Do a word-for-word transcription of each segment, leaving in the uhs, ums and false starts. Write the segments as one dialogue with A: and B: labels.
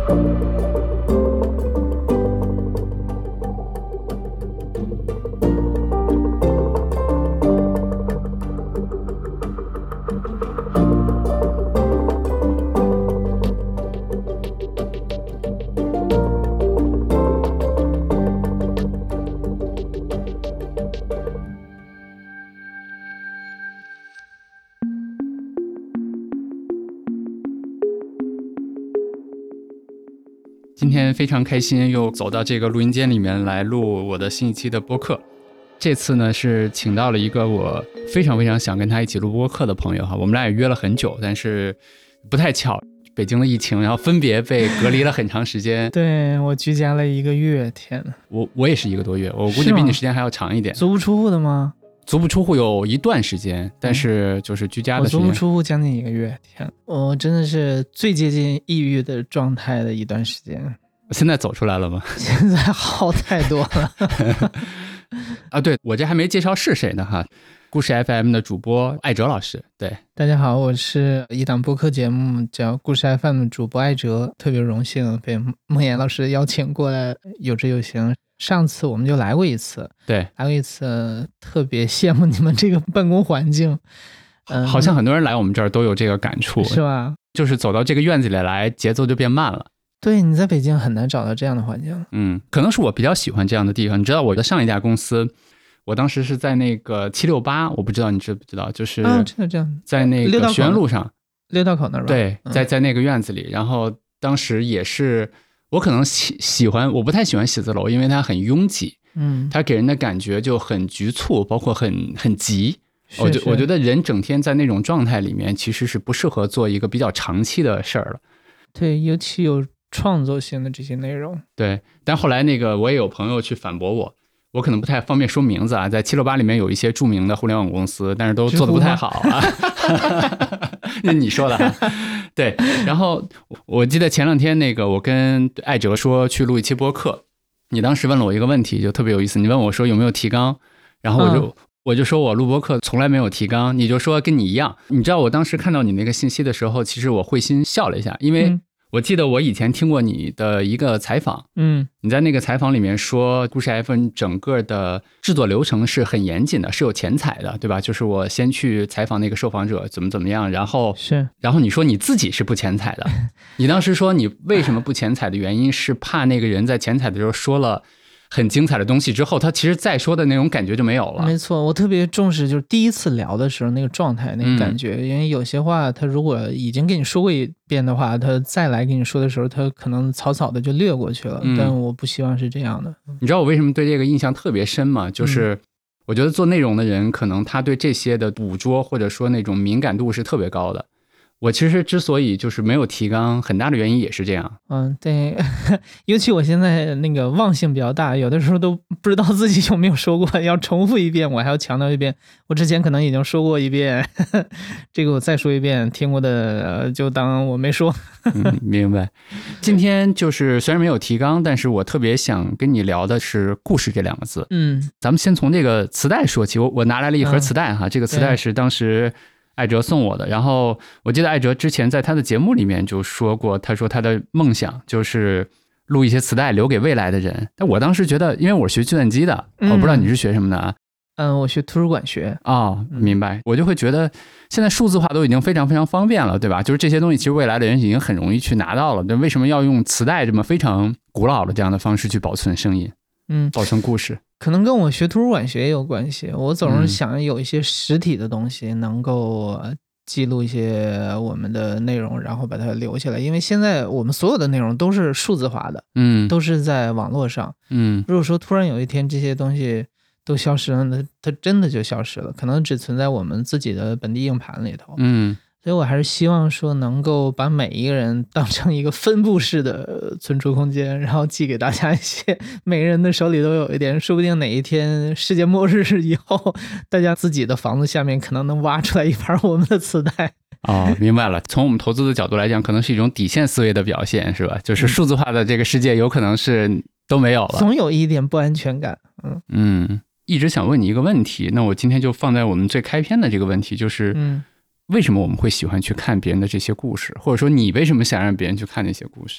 A: 今天非常开心又走到这个录音间里面来录我的新一期的播客。这次呢是请到了一个我非常非常想跟他一起录播客的朋友哈，我们俩也约了很久，但是不太巧，北京的疫情，然后分别被隔离了很长时间。
B: 对，我居家了一个月，天哪！
A: 我我也是一个多月，我估计比你时间还要长一点。
B: 足不出户的吗？
A: 足不出户有一段时间，但是就是居家的时间。
B: 我足不出户将近一个月，天，我真的是最接近抑郁的状态的一段时间。
A: 现在走出来了吗？
B: 现在好太多了。
A: 啊，对，我这还没介绍是谁呢哈。故事 F M 的主播艾哲老师，对，
B: 大家好，我是一档播客节目叫故事 F M 的主播艾哲，特别荣幸被孟岩老师邀请过来，有志有行。上次我们就来过一次，
A: 对，
B: 来过一次，特别羡慕你们这个办公环境。
A: 嗯，好像很多人来我们这儿都有这个感触，
B: 是吧？
A: 就是走到这个院子里来，节奏就变慢了。
B: 对，你在北京很难找到这样的环境。
A: 嗯，可能是我比较喜欢这样的地方。你知道我的上一家公司，我当时是在那个七六八，我不知道你知不知道，就是
B: 啊，真的这样，
A: 在那个学院路上，
B: 六道口那儿吧。
A: 对，在在那个院子里，然后当时也是我可能喜喜欢，我不太喜欢写字楼，因为它很拥挤，嗯，它给人的感觉就很局促，包括很很急。我觉我觉得人整天在那种状态里面，其实是不适合做一个比较长期的事儿了。
B: 对，尤其有创作性的这些内容。
A: 对，但后来那个我也有朋友去反驳我，我可能不太方便说名字啊，在七六八里面有一些著名的互联网公司，但是都做得不太好啊。那你说的啊。对，然后我记得前两天那个我跟艾哲说去录一期播客，你当时问了我一个问题，就特别有意思，你问我说有没有提纲，然后我就、嗯、我就说我录播客从来没有提纲，你就说跟你一样。你知道我当时看到你那个信息的时候，其实我会心笑了一下，因为、嗯我记得我以前听过你的一个采访，嗯，你在那个采访里面说故事 F M 整个的制作流程是很严谨的，是有前采的，对吧？就是我先去采访那个受访者怎么怎么样，然后
B: 是，
A: 然后你说你自己是不前采的，你当时说你为什么不前采的原因是怕那个人在前采的时候说了很精彩的东西之后，他其实再说的那种感觉就没有了。
B: 没错，我特别重视就是第一次聊的时候那个状态那个感觉、嗯、因为有些话他如果已经跟你说过一遍的话，他再来跟你说的时候他可能草草的就略过去了、嗯、但我不希望是这样的。
A: 你知道我为什么对这个印象特别深吗？就是我觉得做内容的人可能他对这些的捕捉或者说那种敏感度是特别高的。我其实之所以就是没有提纲，很大的原因也是这样。嗯，
B: 对，尤其我现在那个忘性比较大，有的时候都不知道自己有没有说过，要重复一遍，我还要强调一遍。我之前可能已经说过一遍，呵呵这个我再说一遍，听过的、呃、就当我没说。
A: 嗯，明白。今天就是虽然没有提纲，但是我特别想跟你聊的是故事这两个字。嗯，咱们先从这个磁带说起。我我拿来了一盒磁带哈，嗯、这个磁带是当时艾哲送我的，然后我记得艾哲之前在他的节目里面就说过，他说他的梦想就是录一些磁带留给未来的人。但我当时觉得，因为我是学计算机的、嗯、我不知道你是学什么的啊？
B: 嗯，我学图书馆学。
A: 哦，明白。我就会觉得现在数字化都已经非常非常方便了，对吧？就是这些东西其实未来的人已经很容易去拿到了，但为什么要用磁带这么非常古老的这样的方式去保存声音，嗯，保存故事？
B: 可能跟我学图书馆学也有关系，我总是想有一些实体的东西能够记录一些我们的内容，然后把它留下来。因为现在我们所有的内容都是数字化的，嗯，都是在网络上，嗯。如果说突然有一天这些东西都消失了，那它真的就消失了，可能只存在我们自己的本地硬盘里头，嗯。所以我还是希望说能够把每一个人当成一个分布式的存储空间，然后寄给大家一些，每个人的手里都有一点，说不定哪一天世界末日以后，大家自己的房子下面可能能挖出来一盘我们的磁带。
A: 哦，明白了。从我们投资的角度来讲，可能是一种底线思维的表现，是吧？就是数字化的这个世界有可能是都没有了，
B: 总有一点不安全感。
A: 嗯嗯，一直想问你一个问题，那我今天就放在我们最开篇的这个问题，就是嗯。为什么我们会喜欢去看别人的这些故事，或者说你为什么想让别人去看那些故事？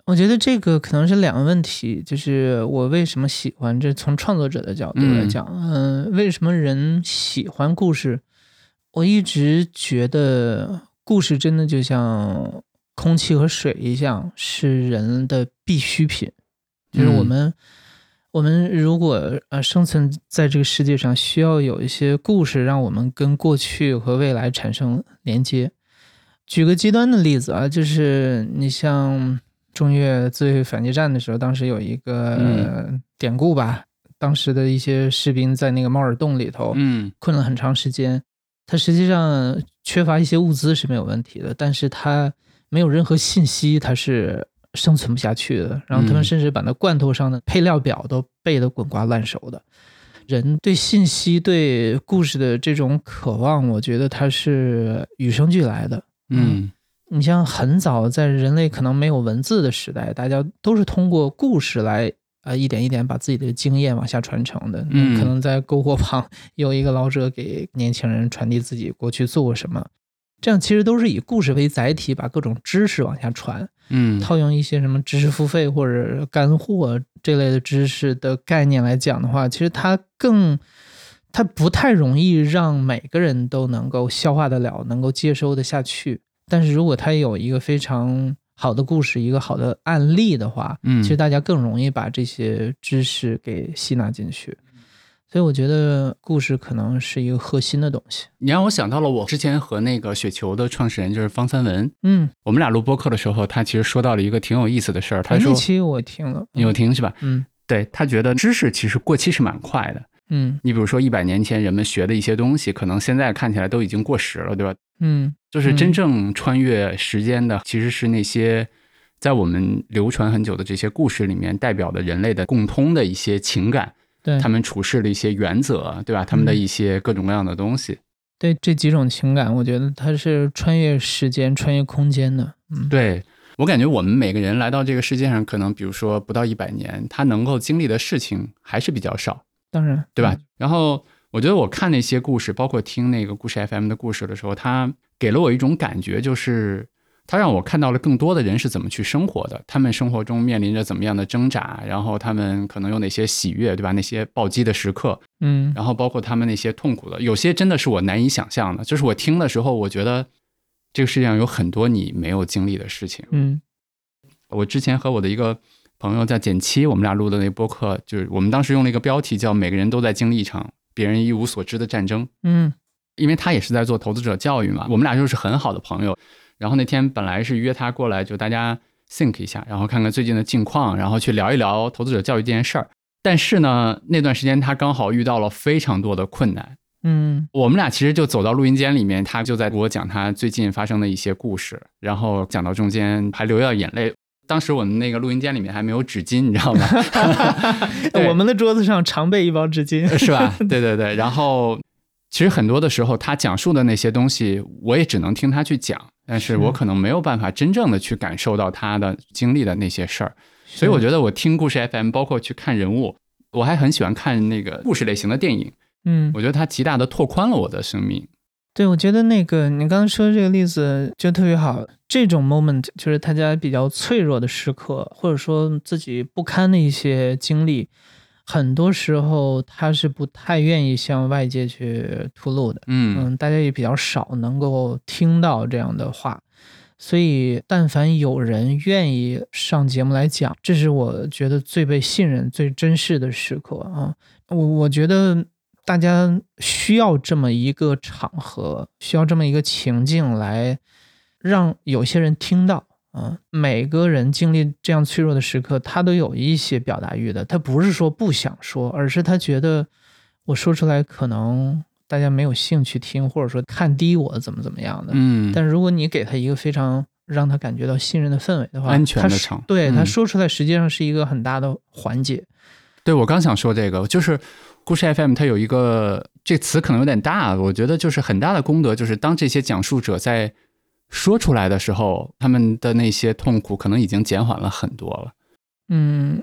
B: 我觉得这个可能是两个问题，就是我为什么喜欢，这从创作者的角度来讲，嗯、呃，为什么人喜欢故事？我一直觉得故事真的就像空气和水一样，是人的必需品。就是我们、嗯、我们如果呃生存在这个世界上，需要有一些故事让我们跟过去和未来产生连接。举个极端的例子啊，就是你像中越自卫反击战的时候，当时有一个、呃、典故吧，当时的一些士兵在那个猫耳洞里头困了很长时间，他实际上缺乏一些物资是没有问题的，但是他没有任何信息，他是生存不下去的。然后他们甚至把那罐头上的配料表都背得滚瓜烂熟的。人对信息对故事的这种渴望，我觉得它是与生俱来的。
A: 嗯，
B: 你像很早在人类可能没有文字的时代，大家都是通过故事来呃一点一点把自己的经验往下传承的。嗯，可能在篝火旁有一个老者给年轻人传递自己过去做过什么，这样其实都是以故事为载体，把各种知识往下传。
A: 嗯，
B: 套用一些什么知识付费或者干货这类的知识的概念来讲的话，其实它更它不太容易让每个人都能够消化得了，能够接收得下去。但是如果它有一个非常好的故事，一个好的案例的话，
A: 嗯，
B: 其实大家更容易把这些知识给吸纳进去。所以我觉得故事可能是一个核心的东西。
A: 你让我想到了我之前和那个雪球的创始人就是方三文，
B: 嗯，
A: 我们俩录播客的时候，他其实说到了一个挺有意思的事儿。他说
B: 那期我听了，
A: 你有听是吧？
B: 嗯，
A: 对，他觉得知识其实过期是蛮快的。
B: 嗯，
A: 你比如说一百年前人们学的一些东西，可能现在看起来都已经过时了，对吧？
B: 嗯，
A: 就是真正穿越时间的，其实是那些在我们流传很久的这些故事里面代表的人类的共通的一些情感。
B: 对，
A: 他们处事的一些原则，对吧？他们的一些各种各样的东西。
B: 嗯、对，这几种情感，我觉得它是穿越时间、穿越空间的。嗯，
A: 对，我感觉我们每个人来到这个世界上，可能比如说不到一百年，他能够经历的事情还是比较少。
B: 当然，
A: 对吧？嗯、然后我觉得我看那些故事，包括听那个故事 F M 的故事的时候，它给了我一种感觉，就是它让我看到了更多的人是怎么去生活的，他们生活中面临着怎么样的挣扎，然后他们可能有哪些喜悦，对吧？那些暴击的时刻，
B: 嗯，
A: 然后包括他们那些痛苦的，有些真的是我难以想象的。就是我听的时候，我觉得这个世界上有很多你没有经历的事情。
B: 嗯，
A: 我之前和我的一个朋友叫简七，我们俩录的那播客，就是我们当时用了一个标题叫每个人都在经历一场别人一无所知的战争。
B: 嗯，
A: 因为他也是在做投资者教育嘛，我们俩就是很好的朋友。然后那天本来是约他过来，就大家 think 一下，然后看看最近的近况，然后去聊一聊投资者教育这件事儿。但是呢，那段时间他刚好遇到了非常多的困难。
B: 嗯，
A: 我们俩其实就走到录音间里面，他就在给我讲他最近发生的一些故事，然后讲到中间还流掉眼泪。当时我们那个录音间里面还没有纸巾，你知道吗？
B: 我们的桌子上常备一包纸巾，
A: 是吧？对对对。然后其实很多的时候他讲述的那些东西，我也只能听他去讲，但是我可能没有办法真正的去感受到他的经历的那些事儿。所以我觉得我听故事 F M， 包括去看人物，我还很喜欢看那个故事类型的电影。
B: 嗯，
A: 我觉得它极大的拓宽了我的生命。
B: 对，我觉得那个你刚刚说的这个例子就特别好。这种 moment 就是大家比较脆弱的时刻，或者说自己不堪的一些经历，很多时候他是不太愿意向外界去吐露的。
A: 嗯
B: 嗯，大家也比较少能够听到这样的话。所以但凡有人愿意上节目来讲，这是我觉得最被信任最珍视的时刻啊。我我觉得大家需要这么一个场合，需要这么一个情境来让有些人听到啊。每个人经历这样脆弱的时刻，他都有一些表达欲的，他不是说不想说，而是他觉得我说出来可能大家没有兴趣听，或者说看低我怎么怎么样的。
A: 嗯，
B: 但如果你给他一个非常让他感觉到信任的氛围的话，
A: 安全的场，
B: 对、
A: 嗯、
B: 他说出来实际上是一个很大的缓解。
A: 对，我刚想说这个，就是故事 F M 它有一个，这词可能有点大，我觉得就是很大的功德，就是当这些讲述者在说出来的时候，他们的那些痛苦可能已经减缓了很多了。
B: 嗯，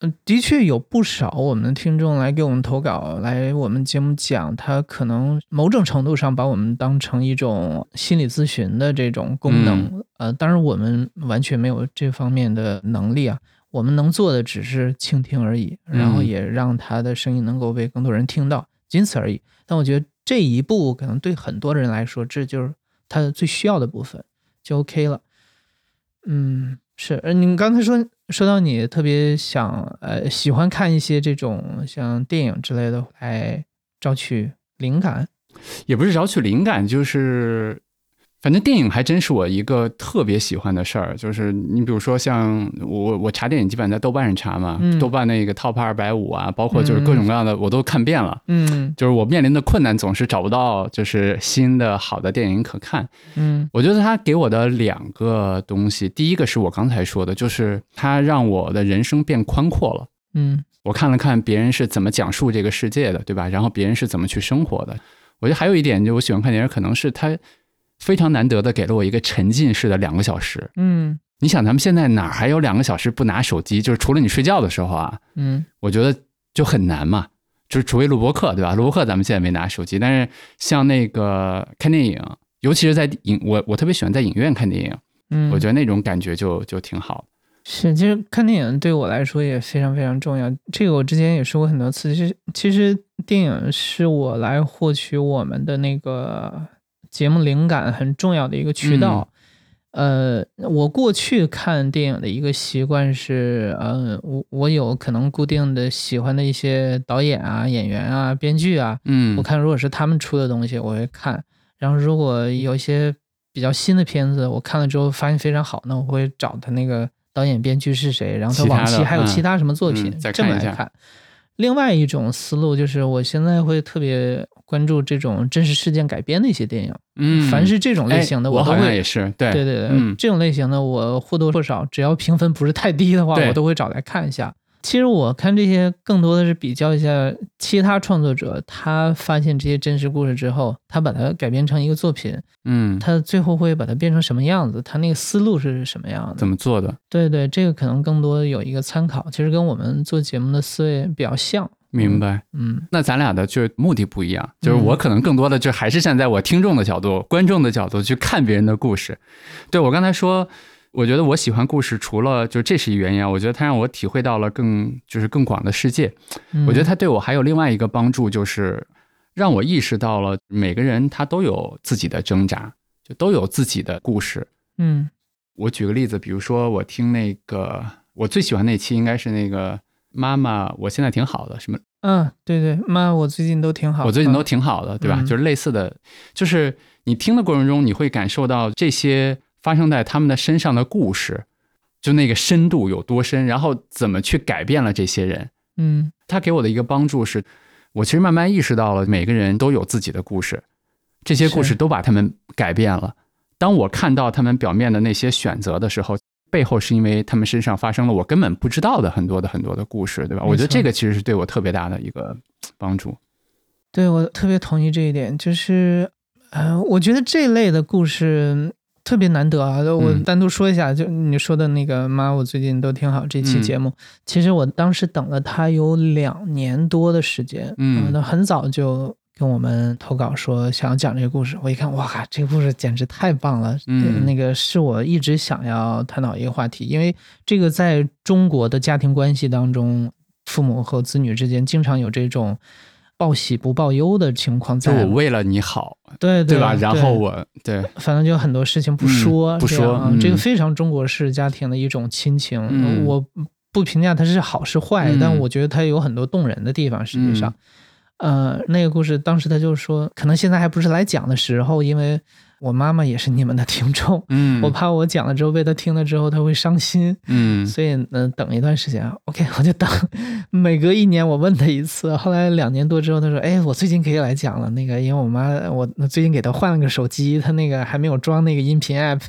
B: 嗯，的确有不少我们的听众来给我们投稿，来我们节目讲，他可能某种程度上把我们当成一种心理咨询的这种功能。
A: 嗯、
B: 呃，当然我们完全没有这方面的能力啊，我们能做的只是倾听而已，然后也让他的声音能够被更多人听到，仅此而已。但我觉得这一步可能对很多人来说，这就是他最需要的部分，就 OK 了。嗯，是，呃，你刚才说说到你特别想呃喜欢看一些这种像电影之类的来找取灵感，
A: 也不是找取灵感，就是反正电影还真是我一个特别喜欢的事儿。就是你比如说像我我查电影基本上在豆瓣上查嘛，
B: 嗯、
A: 豆瓣那个 Top 二百五啊，包括就是各种各样的我都看遍了。
B: 嗯，
A: 就是我面临的困难总是找不到就是新的好的电影可看。
B: 嗯，
A: 我觉得它给我的两个东西，第一个是我刚才说的，就是它让我的人生变宽阔了。
B: 嗯，
A: 我看了看别人是怎么讲述这个世界的，对吧？然后别人是怎么去生活的。我觉得还有一点，就我喜欢看电影，可能是它非常难得的给了我一个沉浸式的两个小时。
B: 嗯，
A: 你想咱们现在哪还有两个小时不拿手机？就是除了你睡觉的时候啊，
B: 嗯，
A: 我觉得就很难嘛。就是除非录播课，对吧？录播课咱们现在没拿手机，但是像那个看电影，尤其是在影，我我特别喜欢在影院看电影。
B: 嗯，
A: 我觉得那种感觉就就挺好。
B: 是，其实看电影对我来说也非常非常重要。这个我之前也说过很多次。其实，其实电影是我来获取我们的那个节目灵感很重要的一个渠道。嗯、呃，我过去看电影的一个习惯是，呃，我我有可能固定的喜欢的一些导演啊、演员啊、编剧啊，
A: 嗯，
B: 我看如果是他们出的东西，我会看。然后如果有一些比较新的片子，我看了之后发现非常好，那我会找他那个导演编剧是谁，然后他往期还有其他什么作品，
A: 嗯嗯、
B: 这么来看。另外一种思路就是我现在会特别关注这种真实事件改编的一些电影。
A: 嗯，
B: 凡是这种类型的我都会，
A: 我好像也是，对
B: 对对对、
A: 嗯，
B: 这种类型的我或多或少只要评分不是太低的话，我都会找来看一下。其实我看这些更多的是比较一下其他创作者，他发现这些真实故事之后，他把它改编成一个作品，
A: 嗯，
B: 他最后会把它变成什么样子，他那个思路是什么样的，
A: 怎么做的。
B: 对对，这个可能更多有一个参考，其实跟我们做节目的思维比较像。
A: 明白。
B: 嗯，
A: 那咱俩的就目的不一样，就是我可能更多的就还是站在我听众的角度、观众的角度去看别人的故事。对，我刚才说我觉得我喜欢故事，除了就这是一原因啊，我觉得它让我体会到了更就是更广的世界。
B: 嗯、
A: 我觉得它对我还有另外一个帮助，就是让我意识到了每个人他都有自己的挣扎，就都有自己的故事。
B: 嗯，
A: 我举个例子，比如说我听那个我最喜欢那期应该是那个妈妈我现在挺好的什么，
B: 嗯，对对，妈我最近都挺好，
A: 我最近都挺好的，对吧？
B: 嗯、
A: 就是类似的，就是你听的过程中你会感受到这些发生在他们的身上的故事，就那个深度有多深，然后怎么去改变了这些人。
B: 嗯，
A: 他给我的一个帮助是，我其实慢慢意识到了每个人都有自己的故事，这些故事都把他们改变了。当我看到他们表面的那些选择的时候，背后是因为他们身上发生了我根本不知道的很多的很多的故事，对吧？我觉得这个其实是对我特别大的一个帮助。
B: 对，我特别同意这一点，就是呃，我觉得这类的故事特别难得啊。我单独说一下，嗯、就你说的那个妈我最近都挺好这期节目，嗯、其实我当时等了他有两年多的时间，嗯，那很早就跟我们投稿说想要讲这个故事，我一看，哇，这个故事简直太棒了，嗯，那个是我一直想要探讨一个话题，因为这个在中国的家庭关系当中，父母和子女之间经常有这种报喜不报忧的情况在，
A: 就我为了你好，
B: 对 对,
A: 对吧？然后我对，
B: 反正就很多事情不说，
A: 嗯、不说、
B: 啊
A: 嗯，
B: 这个非常中国式家庭的一种亲情。
A: 嗯、
B: 我不评价它是好是坏，
A: 嗯、
B: 但我觉得它有很多动人的地方。实际上，嗯、呃，那个故事当时他就说，可能现在还不是来讲的时候，因为我妈妈也是你们的听众，
A: 嗯，
B: 我怕我讲了之后被她听了之后她会伤心，
A: 嗯，
B: 所以呢等一段时间 OK 我就等，每隔一年我问她一次，后来两年多之后她说，哎，我最近可以来讲了，那个因为我妈我最近给她换了个手机，她那个还没有装那个音频 app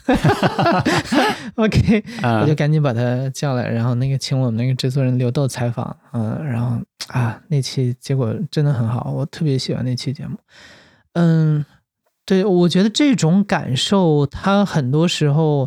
B: OK、uh, 我就赶紧把她叫来，然后那个请我们那个制作人刘豆采访，嗯，然后啊那期结果真的很好，我特别喜欢那期节目。嗯，对，我觉得这种感受它很多时候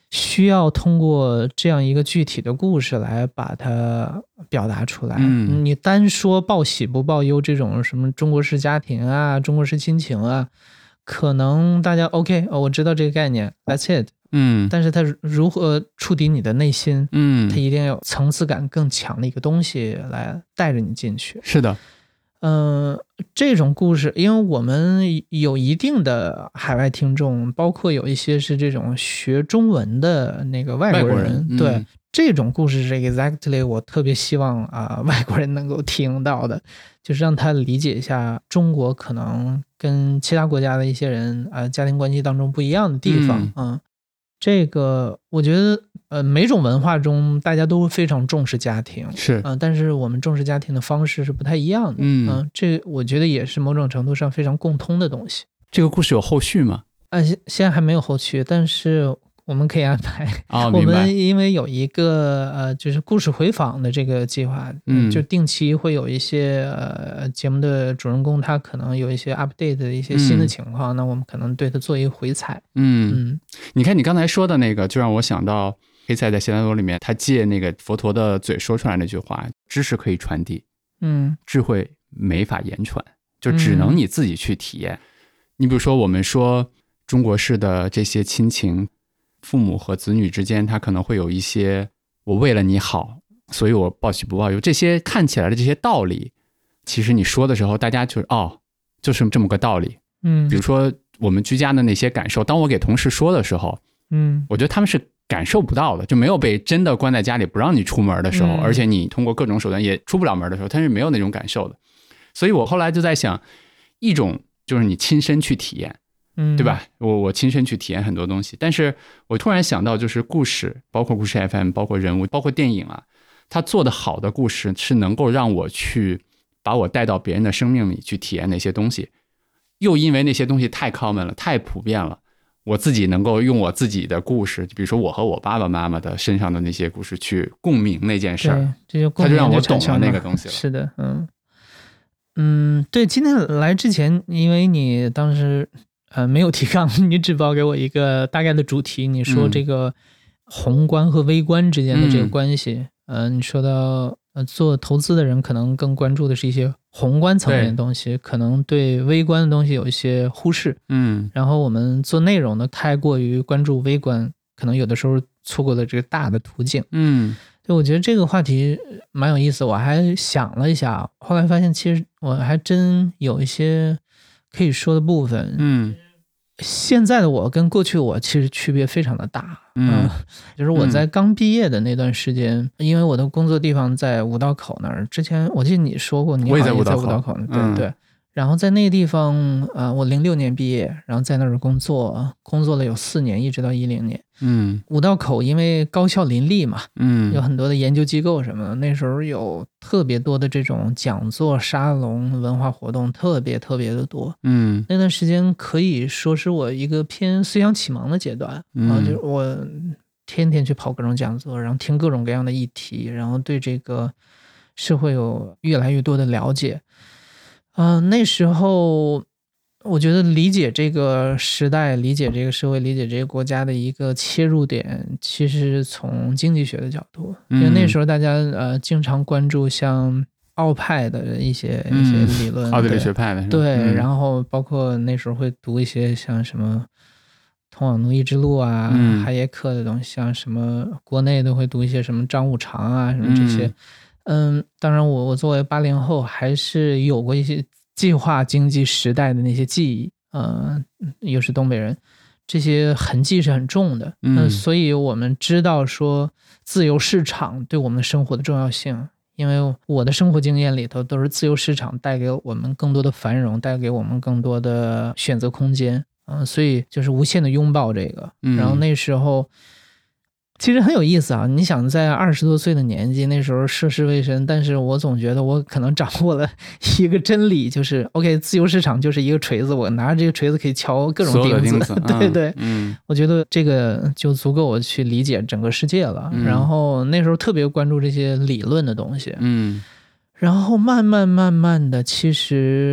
B: 需要通过这样一个具体的故事来把它表达出来。
A: 嗯，
B: 你单说报喜不报忧这种什么中国式家庭啊，中国式亲情啊，可能大家 OK、哦、我知道这个概念 That's it。
A: 嗯，
B: 但是它如何触底你的内心，
A: 嗯，
B: 它一定要有层次感更强的一个东西来带着你进去。
A: 是的。
B: 嗯、呃，这种故事，因为我们有一定的海外听众，包括有一些是这种学中文的那个外国人，
A: 外国人嗯、
B: 对这种故事是 exactly 我特别希望啊、呃、外国人能够听到的，就是让他理解一下中国可能跟其他国家的一些人啊、呃、家庭关系当中不一样的地方。嗯。嗯，这个我觉得呃每种文化中大家都非常重视家庭，
A: 是
B: 嗯、呃，但是我们重视家庭的方式是不太一样的。
A: 嗯、
B: 呃，这我觉得也是某种程度上非常共通的东西。
A: 这个故事有后续吗？
B: 呃现现在还没有后续，但是我们可以安排。
A: 哦，
B: 我
A: 明白。
B: 们因为有一个呃，就是故事回访的这个计划，
A: 嗯，
B: 就定期会有一些呃节目的主人公，他可能有一些 update 的一些新的情况，嗯、那我们可能对他做一个回采。
A: 嗯
B: 嗯，
A: 你看你刚才说的那个，就让我想到黑塞在《悉达多》里面，他借那个佛陀的嘴说出来那句话：知识可以传递，
B: 嗯，
A: 智慧没法言传，就只能你自己去体验。嗯、你比如说，我们说中国式的这些亲情。父母和子女之间，他可能会有一些我为了你好，所以我报喜不报忧，这些看起来的这些道理，其实你说的时候，大家就是哦，就是这么个道理。
B: 嗯，
A: 比如说我们居家的那些感受，当我给同事说的时候，
B: 嗯，
A: 我觉得他们是感受不到的，就没有被真的关在家里不让你出门的时候，
B: 嗯、
A: 而且你通过各种手段也出不了门的时候，他是没有那种感受的。所以我后来就在想，一种就是你亲身去体验。
B: 嗯，
A: 对吧？我我亲身去体验很多东西，但是我突然想到，就是故事，包括故事 F M， 包括人物，包括电影啊，它做的好的故事是能够让我去把我带到别人的生命里去体验那些东西，又因为那些东西太 common 了，太普遍了，我自己能够用我自己的故事，比如说我和我爸爸妈妈的身上的那些故事去共鸣那件事儿，
B: 这就
A: 它就让我懂了那个东西了。
B: 是的，嗯嗯，对，今天来之前，因为你当时。呃，没有提纲，你只报给我一个大概的主题。你说这个宏观和微观之间的这个关系，嗯、呃，你说到呃，做投资的人可能更关注的是一些宏观层面的东西，可能对微观的东西有一些忽视。
A: 嗯，
B: 然后我们做内容呢，太过于关注微观，可能有的时候错过了这个大的途径。
A: 嗯，
B: 所以我觉得这个话题蛮有意思。我还想了一下，后来发现其实我还真有一些可以说的部分。
A: 嗯，
B: 现在的我跟过去我其实区别非常的大。
A: 嗯、
B: 呃，就是我在刚毕业的那段时间，嗯、因为我的工作地方在五道口那儿，之前我记得你说过，你好像也在五道口呢，对对。嗯，然后在那个地方，呃，我零六年毕业，然后在那儿工作，工作了有四年，一直到一零年。
A: 嗯，
B: 五道口因为高校林立嘛，
A: 嗯，
B: 有很多的研究机构什么的，那时候有特别多的这种讲座、沙龙、文化活动，特别特别的多。
A: 嗯，
B: 那段时间可以说是我一个偏思想启蒙的阶段，
A: 嗯、
B: 啊，就是我天天去跑各种讲座，然后听各种各样的议题，然后对这个社会有越来越多的了解。嗯、呃，那时候我觉得理解这个时代，理解这个社会，理解这个国家的一个切入点，其实从经济学的角度，因为那时候大家呃经常关注像奥派的一些、嗯、一些理论，
A: 奥地利学派的，
B: 对、
A: 嗯，
B: 然后包括那时候会读一些像什么通往奴役之路啊、嗯、哈耶克的东西，像什么国内都会读一些什么张五常啊什么这些。嗯，嗯当然我我作为八零后还是有过一些计划经济时代的那些记忆，呃，又是东北人，这些痕迹是很重的。嗯、呃，所以我们知道说自由市场对我们生活的重要性，因为我的生活经验里头都是自由市场带给我们更多的繁荣，带给我们更多的选择空间。嗯、呃，所以就是无限的拥抱这个。然后那时候。其实很有意思啊！你想在二十多岁的年纪，那时候涉世未深，但是我总觉得我可能掌握了一个真理，就是 OK， 自由市场就是一个锤子，我拿着这个锤子可以敲各种钉子，
A: 钉子
B: 对对，
A: 嗯，
B: 我觉得这个就足够我去理解整个世界了。嗯、然后那时候特别关注这些理论的东西，
A: 嗯，
B: 然后慢慢慢慢的，其实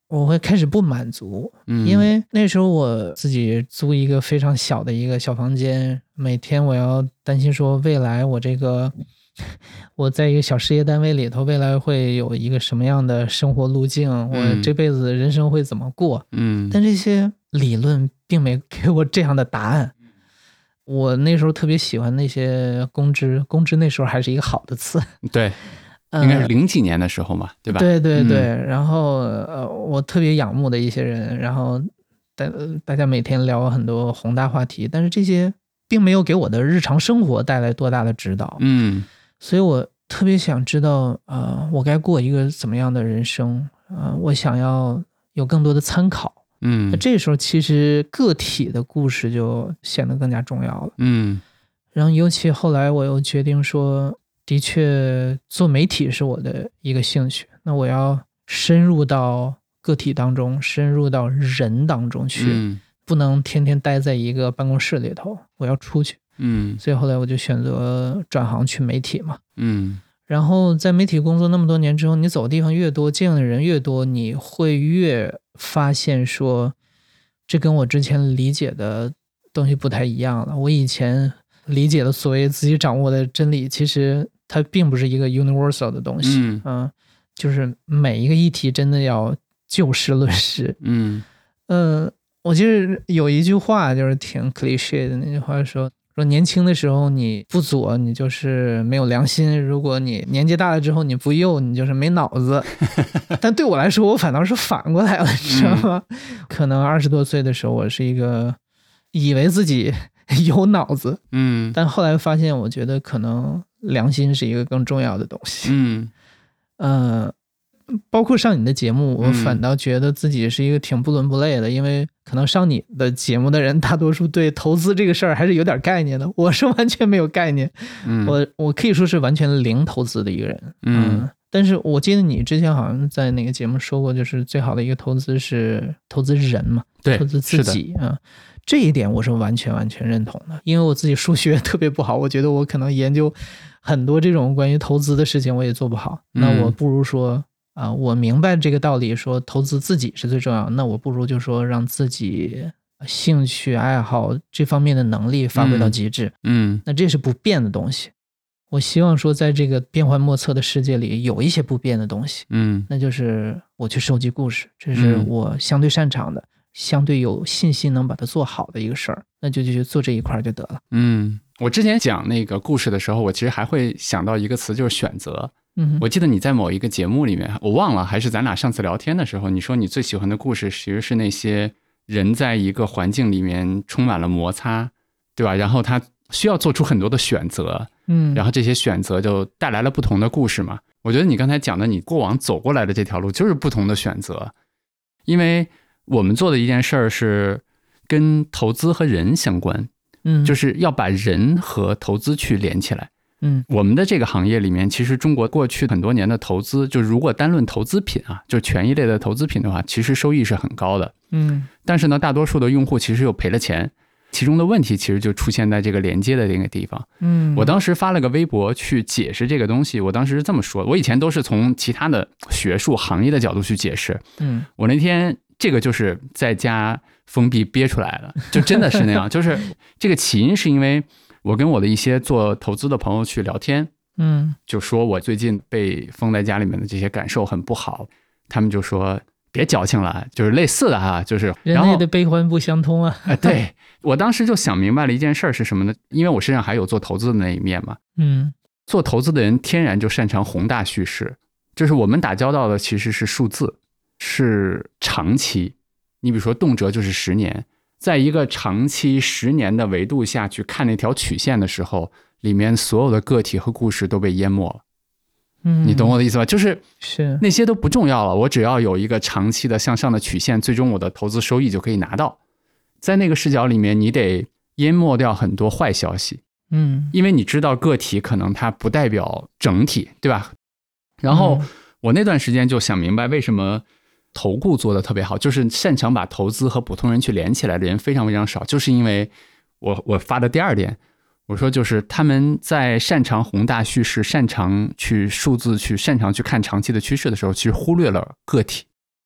B: 我会开始不满足，
A: 嗯，
B: 因为那时候我自己租一个非常小的一个小房间，每天我要担心说未来我这个我在一个小事业单位里头，未来会有一个什么样的生活路径，我这辈子人生会怎么过。
A: 嗯，
B: 但这些理论并没给我这样的答案。我那时候特别喜欢那些公知，公知那时候还是一个好的词。
A: 对，应该是零几年的时候嘛，对吧？
B: 对对对，嗯、然后呃，我特别仰慕的一些人，然后大大家每天聊很多宏大话题，但是这些并没有给我的日常生活带来多大的指导。
A: 嗯，
B: 所以我特别想知道，呃，我该过一个怎么样的人生？呃，我想要有更多的参考。
A: 嗯，
B: 那这时候其实个体的故事就显得更加重要了。
A: 嗯，
B: 然后尤其后来我又决定说，的确做媒体是我的一个兴趣，那我要深入到个体当中，深入到人当中去，
A: 嗯、
B: 不能天天待在一个办公室里头，我要出去。
A: 嗯，
B: 所以后来我就选择转行去媒体嘛。
A: 嗯，
B: 然后在媒体工作那么多年之后，你走的地方越多，见的人越多，你会越发现说，这跟我之前理解的东西不太一样了。我以前理解的所谓自己掌握的真理，其实它并不是一个 universal 的东西。
A: 嗯、
B: 呃、就是每一个议题真的要就事论事。
A: 嗯，
B: 呃，我记得有一句话就是挺 cliché 的，那句话说说年轻的时候你不左，你就是没有良心；如果你年纪大了之后你不右，你就是没脑子。但对我来说，我反倒是反过来了，你知道吗？嗯、可能二十多岁的时候，我是一个以为自己有脑子，
A: 嗯，
B: 但后来发现，我觉得可能良心是一个更重要的东西。
A: 嗯，
B: 呃。包括上你的节目，我反倒觉得自己是一个挺不伦不类的、嗯、因为可能上你的节目的人大多数对投资这个事儿还是有点概念的，我是完全没有概念。
A: 嗯，
B: 我我可以说是完全零投资的一个人。
A: 嗯，
B: 嗯，但是我记得你之前好像在那个节目说过，就是最好的一个投资是投资人嘛，
A: 对，
B: 投资自己啊、嗯。这一点我是完全完全认同的，因为我自己数学特别不好，我觉得我可能研究很多这种关于投资的事情我也做不好，那我不如说啊、呃，我明白这个道理，说投资自己是最重要，那我不如就说让自己兴趣爱好这方面的能力发挥到极致。
A: 嗯，
B: 那这是不变的东西。我希望说在这个变幻莫测的世界里有一些不变的东西。
A: 嗯，
B: 那就是我去收集故事，这是我相对擅长的、嗯、相对有信心能把它做好的一个事儿，那就去做这一块就得了。
A: 嗯，我之前讲那个故事的时候，我其实还会想到一个词，就是选择。
B: 嗯，
A: 我记得你在某一个节目里面，我忘了还是咱俩上次聊天的时候，你说你最喜欢的故事其实是那些人在一个环境里面充满了摩擦，对吧？然后他需要做出很多的选择，
B: 嗯，
A: 然后这些选择就带来了不同的故事嘛。我觉得你刚才讲的你过往走过来的这条路就是不同的选择，因为我们做的一件事儿是跟投资和人相关，
B: 嗯，
A: 就是要把人和投资去连起来。
B: 嗯，
A: 我们的这个行业里面，其实中国过去很多年的投资，就如果单论投资品啊，就权益类的投资品的话，其实收益是很高的。
B: 嗯，
A: 但是呢，大多数的用户其实又赔了钱，其中的问题其实就出现在这个连接的那个地方。
B: 嗯，
A: 我当时发了个微博去解释这个东西，我当时是这么说，我以前都是从其他的学术行业的角度去解释。
B: 嗯，
A: 我那天这个就是在家封闭憋出来的，就真的是那样。就是这个起因是因为我跟我的一些做投资的朋友去聊天，
B: 嗯，
A: 就说我最近被封在家里面的这些感受很不好，他们就说别矫情了，就是类似的哈，就是
B: 人类的悲欢不相通啊。
A: 哎，对，我当时就想明白了一件事是什么呢？因为我身上还有做投资的那一面嘛，
B: 嗯，
A: 做投资的人天然就擅长宏大叙事，就是我们打交道的其实是数字，是长期，你比如说动辄就是十年。在一个长期十年的维度下去看那条曲线的时候，里面所有的个体和故事都被淹没了。
B: 嗯，
A: 你懂我的意思吧？就是
B: 是
A: 那些都不重要了，我只要有一个长期的向上的曲线，最终我的投资收益就可以拿到。在那个视角里面，你得淹没掉很多坏消息。
B: 嗯，
A: 因为你知道个体可能它不代表整体，对吧？然后我那段时间就想明白为什么投顾做的特别好，就是擅长把投资和普通人去连起来的人非常非常少，就是因为我我发的第二点，我说就是他们在擅长宏大叙事、擅长去数字、去擅长去看长期的趋势的时候，其实忽略了个体。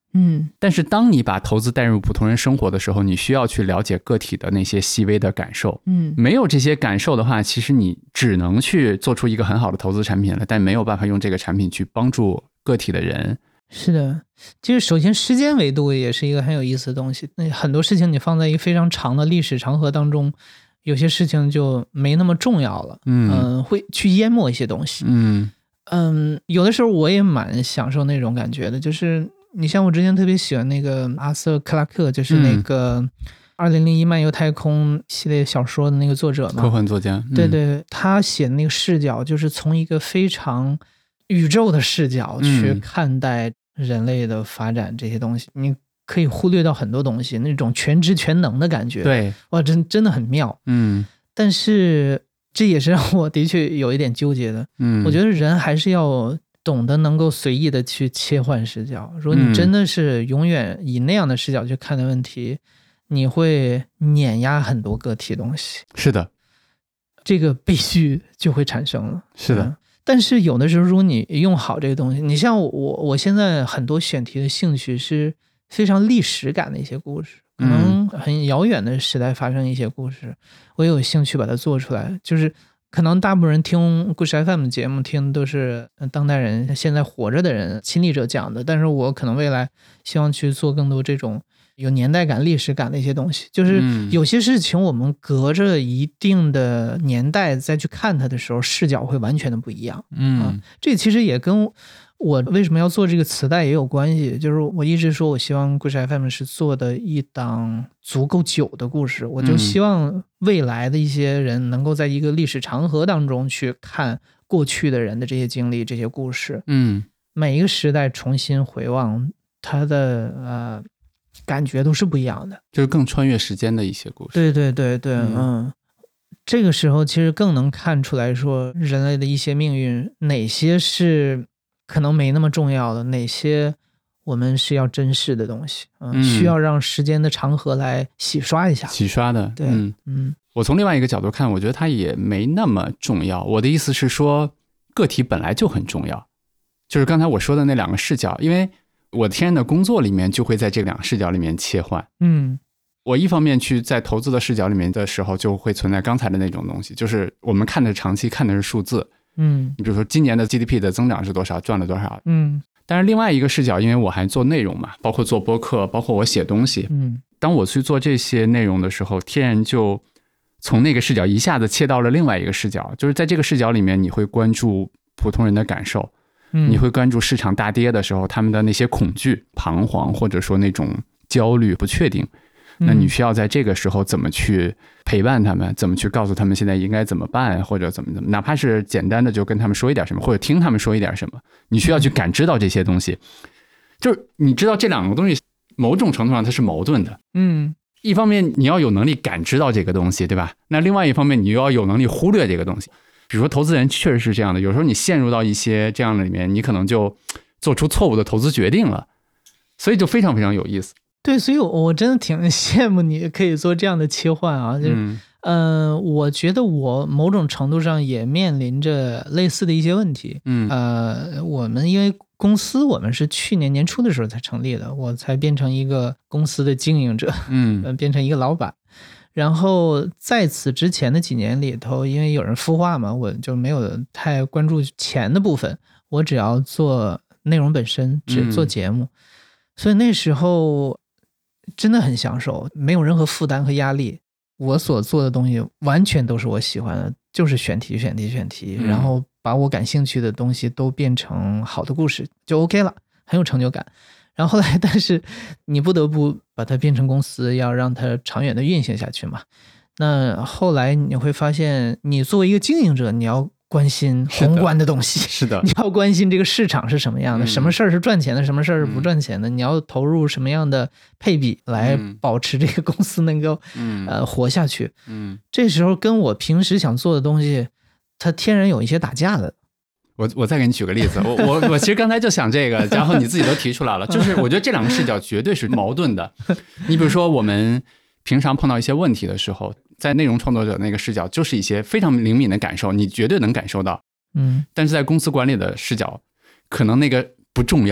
B: 嗯，
A: 但是当你把投资带入普通人生活的时候，你需要去了解个体的那些细微的感受。
B: 嗯，
A: 没有这些感受的话，其实你只能去做出一个很好的投资产品了，但没有办法用这个产品去帮助个体的人。
B: 是的，其实首先时间维度也是一个很有意思的东西。那很多事情你放在一个非常长的历史长河当中，有些事情就没那么重要了。
A: 嗯、
B: 呃、会去淹没一些东西。
A: 嗯
B: 嗯，有的时候我也蛮享受那种感觉的，就是你像我之前特别喜欢那个阿瑟克拉克，就是那个二零零一漫游太空系列小说的那个作者嘛，
A: 科幻作家。嗯、
B: 对对，他写的那个视角就是从一个非常宇宙的视角去看待人类的发展这些东西，嗯、你可以忽略到很多东西，那种全知全能的感觉，
A: 对，
B: 哇，真真的很妙。
A: 嗯，
B: 但是这也是让我的确有一点纠结的。
A: 嗯，
B: 我觉得人还是要懂得能够随意的去切换视角。如果你真的是永远以那样的视角去看待问题，嗯、你会碾压很多个体东西。
A: 是的，
B: 这个悲剧就会产生了。
A: 是的。
B: 嗯，但是有的时候如果你用好这个东西，你像我我现在很多选题的兴趣是非常历史感的一些故事，可能很遥远的时代发生一些故事，我有兴趣把它做出来。就是可能大部分人听故事 F M 节目听都是当代人现在活着的人亲历者讲的，但是我可能未来希望去做更多这种有年代感历史感的一些东西。就是有些事情我们隔着一定的年代再去看它的时候，视角会完全的不一样。
A: 嗯、
B: 啊，这其实也跟我为什么要做这个磁带也有关系。就是我一直说我希望故事 F M 是做的一档足够久的故事，我就希望未来的一些人能够在一个历史长河当中去看过去的人的这些经历这些故事。
A: 嗯，
B: 每一个时代重新回望它的呃感觉都是不一样的，
A: 就是更穿越时间的一些故事。
B: 对对对对，嗯, 嗯，这个时候其实更能看出来说人类的一些命运，哪些是可能没那么重要的，哪些我们是要珍视的东西，嗯，嗯需要让时间的长河来洗刷一下，
A: 洗刷的。
B: 对，
A: 嗯
B: 嗯，
A: 我从另外一个角度看，我觉得它也没那么重要。我的意思是说，个体本来就很重要，就是刚才我说的那两个视角，因为我天然的工作里面就会在这两个视角里面切换。
B: 嗯，
A: 我一方面去在投资的视角里面的时候，就会存在刚才的那种东西，就是我们看的长期，看的是数字。
B: 嗯，
A: 你比如说今年的 G D P 的增长是多少，赚了多少。
B: 嗯，
A: 但是另外一个视角，因为我还做内容嘛，包括做播客，包括我写东西。
B: 嗯，当
A: 我去做这些内容的时候，天然就从那个视角一下子切到了另外一个视角，就是在这个视角里面，你会关注普通人的感受。你会关注市场大跌的时候他们的那些恐惧、彷徨，或者说那种焦虑、不确定。那你需要在这个时候怎么去陪伴他们，怎么去告诉他们现在应该怎么办，或者怎么怎么，哪怕是简单的就跟他们说一点什么，或者听他们说一点什么，你需要去感知到这些东西。就是你知道这两个东西某种程度上它是矛盾的。
B: 嗯，
A: 一方面你要有能力感知到这个东西，对吧？那另外一方面你又要有能力忽略这个东西。比如说投资人确实是这样的，有时候你陷入到一些这样的里面，你可能就做出错误的投资决定了，所以就非常非常有意思。
B: 对，所以我真的挺羡慕你可以做这样的切换啊。就是嗯、呃，我觉得我某种程度上也面临着类似的一些问题。
A: 嗯，
B: 呃，我们因为公司我们是去年年初的时候才成立的，我才变成一个公司的经营者，
A: 嗯，
B: 变成一个老板。然后在此之前的几年里头，因为有人孵化嘛，我就没有太关注钱的部分，我只要做内容本身，只做节目。嗯、所以那时候真的很享受，没有任何负担和压力。我所做的东西完全都是我喜欢的，就是选题选题选题、嗯、然后把我感兴趣的东西都变成好的故事就 OK 了，很有成就感。然后后来但是你不得不把它变成公司，要让它长远的运行下去嘛。那后来你会发现，你作为一个经营者，你要关心宏观的东西，
A: 是的，
B: 你要关心这个市场是什么样的、嗯、什么事儿是赚钱的，什么事儿是不赚钱的、嗯、你要投入什么样的配比来保持这个公司能够、嗯、呃活下去。嗯，这时候跟我平时想做的东西它天然有一些打架的。
A: 我我再给你举个例子，我我我其实刚才就想这个，然后你自己都提出来了，就是我觉得这两个视角绝对是矛盾的。你比如说我们平常碰到一些问题的时候，在内容创作者那个视角就是一些非常灵敏的感受，你绝对能感受到。嗯，但是在公司管理的视角，可能那个不重要，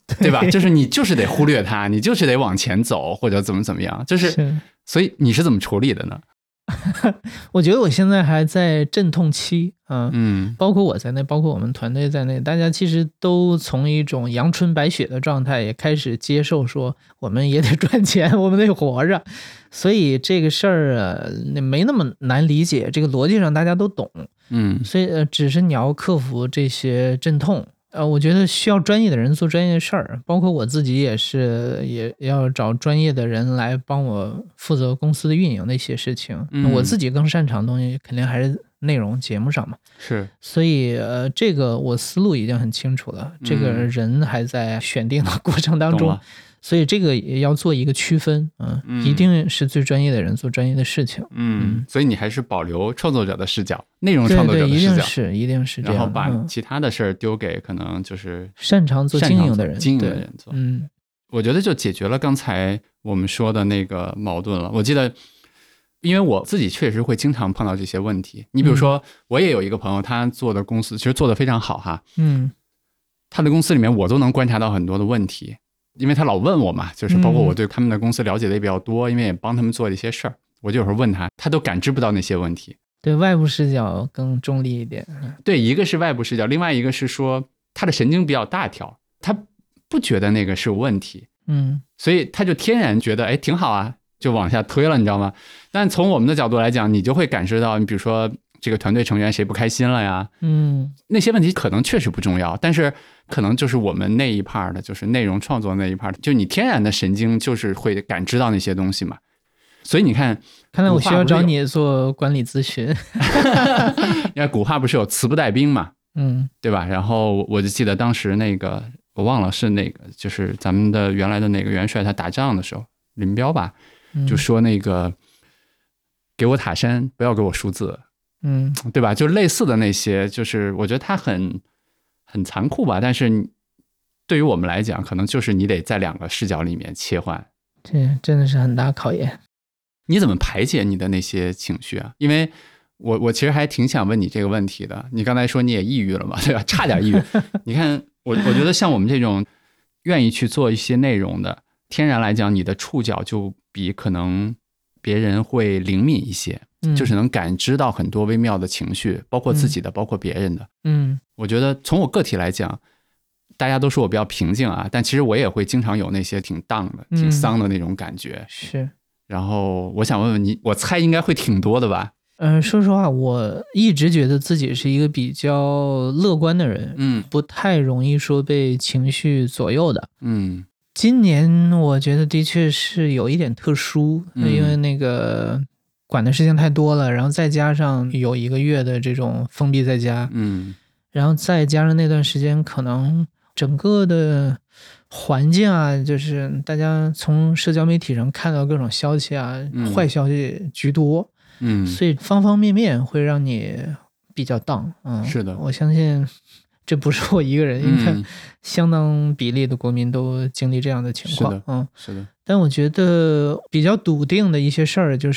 A: 对吧？就是你就是得忽略它，你就是得往前走，或者怎么怎么样，就是，是所以你是怎么处理的呢？
B: 我觉得我现在还在阵痛期啊，
A: 嗯，
B: 包括我在内，包括我们团队在内，大家其实都从一种阳春白雪的状态，也开始接受说我们也得赚钱，我们得活着，所以这个事儿啊，没那么难理解，这个逻辑上大家都懂，
A: 嗯，
B: 所以呃，只是你要克服这些阵痛。呃，我觉得需要专业的人做专业的事儿，包括我自己也是，也要找专业的人来帮我负责公司的运营的一些事情。
A: 嗯、
B: 我自己更擅长的东西，肯定还是内容节目上嘛。
A: 是，
B: 所以呃，这个我思路已经很清楚了，这个人还在选定的过程当中。所以这个也要做一个区分，嗯，嗯一定是最专业的人做专业的事情，
A: 嗯，嗯所以你还是保留创作者的视角，内容创作者的视角，
B: 对对，一定是一定是这样，
A: 然后把其他的事儿丢给可能就是
B: 擅长做经营的人，
A: 经营的人做。
B: 嗯，
A: 我觉得就解决了刚才我们说的那个矛盾了。我记得，因为我自己确实会经常碰到这些问题。你比如说，我也有一个朋友，他做的公司其实做得非常好哈，
B: 嗯，
A: 他的公司里面我都能观察到很多的问题。因为他老问我嘛，就是包括我对他们的公司了解的也比较多，嗯、因为也帮他们做了一些事儿，我就有时候问他，他都感知不到那些问题。
B: 对，外部视角更中立一点。
A: 对，一个是外部视角，另外一个是说他的神经比较大条，他不觉得那个是有问题，
B: 嗯，
A: 所以他就天然觉得哎挺好啊，就往下推了，你知道吗？但从我们的角度来讲，你就会感受到，你比如说这个团队成员谁不开心了呀，
B: 嗯，
A: 那些问题可能确实不重要，但是可能就是我们那一 part 的，就是内容创作那一 part， 就你天然的神经就是会感知到那些东西嘛。所以你看，
B: 看来我需要找你做管理咨询。
A: 因为古话不是有词不带兵嘛，
B: 嗯，
A: 对吧？然后我就记得当时那个我忘了是那个，就是咱们的原来的那个元帅，他打仗的时候，林彪吧，就说那个、嗯、给我塔山，不要给我数字，
B: 嗯，
A: 对吧？就类似的那些，就是我觉得他很。很残酷吧，但是对于我们来讲，可能就是你得在两个视角里面切换，
B: 这真的是很大考验。
A: 你怎么排解你的那些情绪啊？因为我我其实还挺想问你这个问题的。你刚才说你也抑郁了嘛，对吧？差点抑郁。你看，我我觉得像我们这种愿意去做一些内容的，天然来讲，你的触角就比可能别人会灵敏一些。
B: 嗯、
A: 就是能感知到很多微妙的情绪，包括自己的、嗯、包括别人的。
B: 嗯，
A: 我觉得从我个体来讲，大家都说我比较平静啊，但其实我也会经常有那些挺荡的、挺丧的那种感觉。
B: 嗯、是。
A: 然后我想问问你，我猜应该会挺多的吧？
B: 嗯、呃，说实话，我一直觉得自己是一个比较乐观的人，
A: 嗯，
B: 不太容易说被情绪左右的。
A: 嗯，
B: 今年我觉得的确是有一点特殊，
A: 嗯、
B: 因为那个。管的事情太多了，然后再加上有一个月的这种封闭在家，
A: 嗯，
B: 然后再加上那段时间可能整个的环境啊，就是大家从社交媒体上看到各种消息啊，
A: 嗯、
B: 坏消息居多，
A: 嗯，
B: 所以方方面面会让你比较down，嗯，
A: 是的，
B: 我相信这不是我一个人，应该相当比例的国民都经历这样的情况，
A: 是的，
B: 嗯，
A: 是的。
B: 但我觉得比较笃定的一些事儿就是。